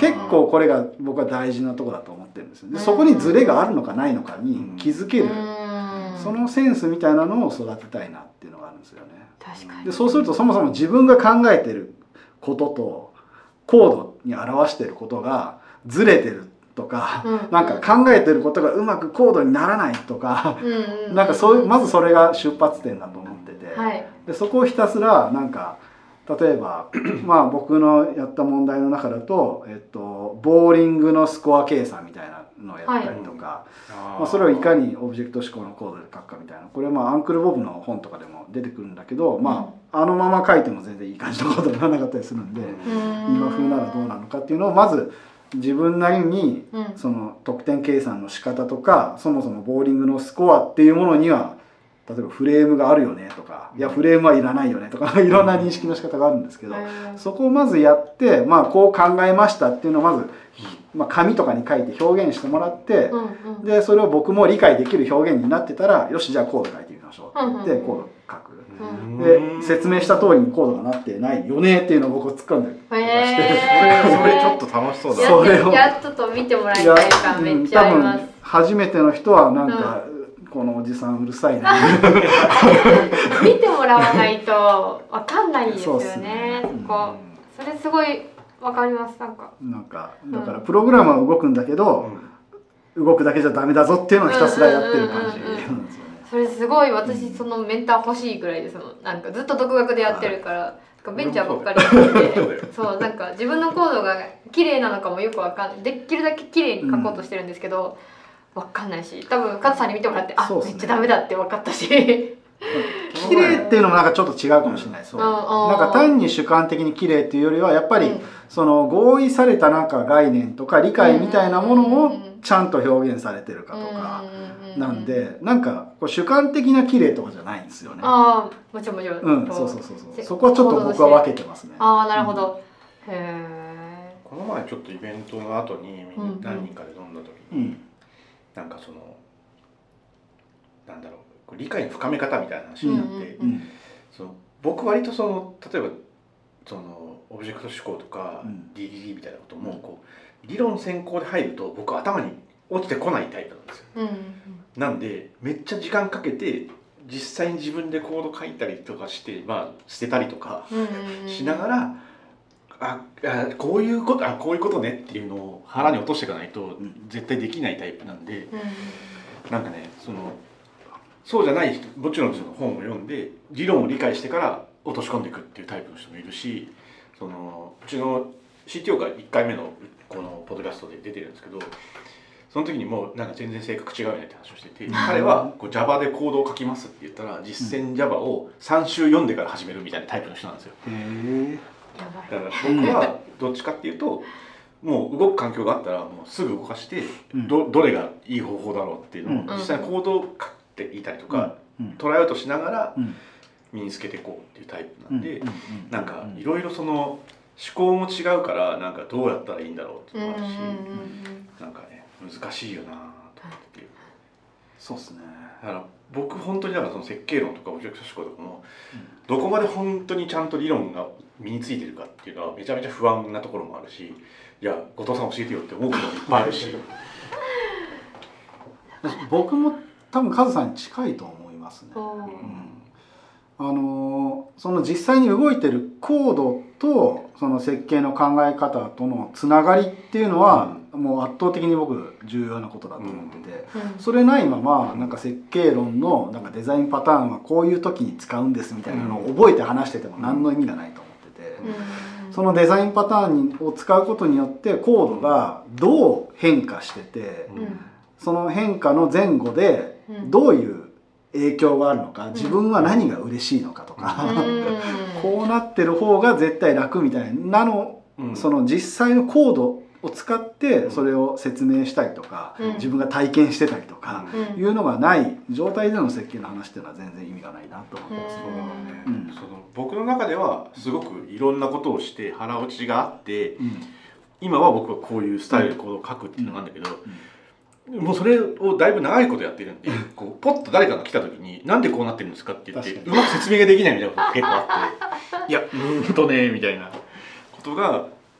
結構これが僕は大事なとこだと思ってるんですよ。でそこにズレがあるのかないのかに気づける、そのセンスみたいなのを育てたいなっていうのがあるんですよね。 確かに。 でそうするとそもそも自分が考えてることとコードに表してることがずれてるとか、なんか考えてることがうまくコードにならないとか、なんかそういうまずそれが出発点だと思ってて、でそこをひたすらなんか例えばまあ僕のやった問題の中だと、ボーリングのスコア計算みたいなのをやったりとか、まあ、それをいかにオブジェクト思考のコードで書くかみたいな、これはまあアンクル・ボブの本とかでも出てくるんだけど、まああのまま書いても全然いい感じのコードにならなかったりするんで、今風ならどうなのかっていうのをまず自分なりにその得点計算の仕方とか、そもそもボーリングのスコアっていうものには例えばフレームがあるよねとか、いやフレームはいらないよねとかいろんな認識の仕方があるんですけど、そこをまずやって、まあこう考えましたっていうのをまず、まあ、紙とかに書いて表現してもらって、でそれを僕も理解できる表現になってたら、よしじゃあコード書いてみましょうって言ってコード書く。で説明した通りにコードがなってないよねっていうのを僕を突っ込んでして、 それちょっと楽しそうだ。 それをやっと見てもらいたい感めっちゃあります。 多分初めての人はなんか、このおじさんうるさいな見てもらわないと分かんないですよね。それすごい分かります。なんかだからプログラムは動くんだけど、動くだけじゃダメだぞっていうのをひたすらやってる感じなんですよね。 それすごい、私そのメンター欲しいぐらいです。なんかずっと独学でやってるから、ベンチャーばっかりやってて、そうなんか自分のコードが綺麗なのかもよく分かんない。できるだけ綺麗に書こうとしてるんですけど、分かんないし、多分カズさんに見てもらって、めっちゃダメだって分かったし。 綺麗っていうのもなんかちょっと違うかもしれない。そうなんか単に主観的に綺麗っていうよりは、やっぱりその合意されたなんか概念とか理解みたいなものをちゃんと表現されてるかとかなんで、なんかこう主観的な綺麗とかじゃないんですよね。 もちろんもちろん。 そうそこはちょっと僕は分けてますね。 なるほど。へえ。 この前ちょっとイベントの後に何人かで飲んだ時に、なんかそのなんだろう、理解の深め方みたいな話になって、その僕割とその例えばそのオブジェクト思考とか DDD みたいなこともこう理論先行で入ると僕は頭に落ちてこないタイプなんですよ。なんでめっちゃ時間かけて実際に自分でコード書いたりとかして、まあ捨てたりとかしながら、こういうことねっていうのを腹に落としていかないと絶対できないタイプなんで、なんかねそうじゃない人、もちろんその本を読んで理論を理解してから落とし込んでいくっていうタイプの人もいるし、うちの CTO が1回目のこのポッドキャストで出てるんですけど、その時にもうなんか全然性格違うよねって話をしてて、彼はこう Java でコードを書きますって言ったら実践 Java を3週読んでから始めるみたいなタイプの人なんですよ。だから僕はどっちかっていうと、もう動く環境があったらもうすぐ動かして、どれがいい方法だろうっていうのを実際にコードを書っていたりとか、トライアウトしながら身につけていこうっていうタイプなんで、なんかいろいろその思考も違うからなんかどうやったらいいんだろうっていうのもあるし、なんかね難しいよなと思って。 そうですね。 だから僕本当にだからその設計論とかオブジェクト思考とかもどこまで本当にちゃんと理論が身についてるかっていうのはめちゃめちゃ不安なところもあるし、いや後藤さん教えてよって思うこともいっぱいあるし僕も多分カズさんに近いと思いますね。その実際に動いてるコードとその設計の考え方とのつながりっていうのはもう圧倒的に僕重要なことだと思ってて、それないままなんか設計論のなんかデザインパターンはこういう時に使うんですみたいなのを覚えて話してても何の意味がないと思ってて、そのデザインパターンを使うことによってコードがどう変化してて、その変化の前後でどういう影響があるのか、自分は何が嬉しいのかとか、こうなってる方が絶対楽みたいなの、その実際のコードを使ってそれを説明したりとか、自分が体験してたりとかいうのがない状態での設計の話っていうのは全然意味がないなと思ってますね。 僕の中ではすごくいろんなことをして腹落ちがあって、今は僕はこういうスタイルでコードを書くっていうのなんだけど、もうそれをだいぶ長いことやってるんで、こうポッと誰かが来た時になんでこうなってるんですかって言ってうまく説明ができないみたいなことが結構あって、いやねみたいなことが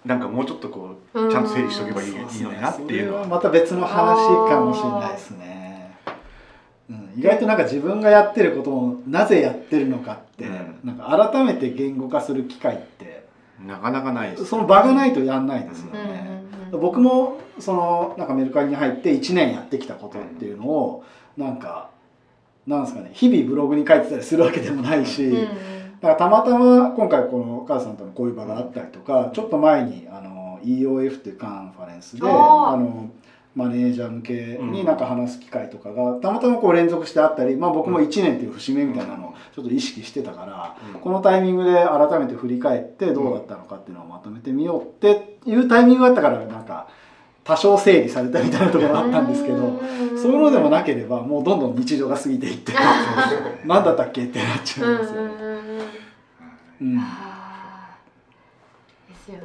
なんかもうちょっとこうちゃんと整理しておけばいいのになっていうのはまた別の話かもしれないですね。意外となんか自分がやってることもなぜやってるのかって、なんか改めて言語化する機会ってなかなかないです、 その場がないとやんないですよね。僕もそのなんかメルカリに入って1年やってきたことっていうのをなんですかね、日々ブログに書いてたりするわけでもないし、だからたまたま今回このカズさんとのこういう場があったりとか、ちょっと前にEOF っていうカンファレンスでマネージャー向けになんか話す機会とかがたまたまこう連続してあったり、僕も1年っていう節目みたいなのをちょっと意識してたから、このタイミングで改めて振り返ってどうだったのかっていうのをまとめてみようっていうタイミングがあったから、なんか多少整理されたみたいなところがあったんですけど、そういうのでもなければもうどんどん日常が過ぎていって何だったっけってなっちゃうんですよね。 ですよね。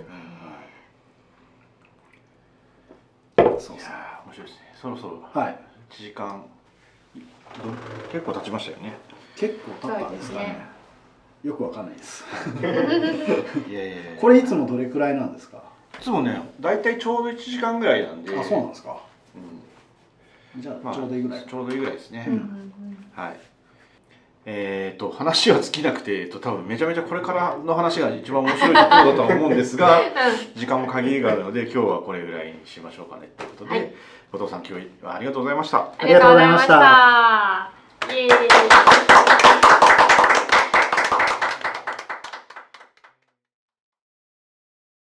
そうですね。面白いですね。そろそろ 1 時間結構経ちましたよね。 結構経ったんですかね。よくわかんないです。 いやこれいつもどれくらいなんですか？ いつもね、だいたいちょうど1時間ぐらいなんで。 あ、そうなんですか。じゃあちょうどいいぐらい。 ちょうどいいぐらいですね。はい。話は尽きなくて、多分めちゃめちゃこれからの話が一番面白いところだとは思うんですが、時間も限りがあるので今日はこれぐらいにしましょうかねということで、後藤さん今日はありがとうございました。 ありがとうございました。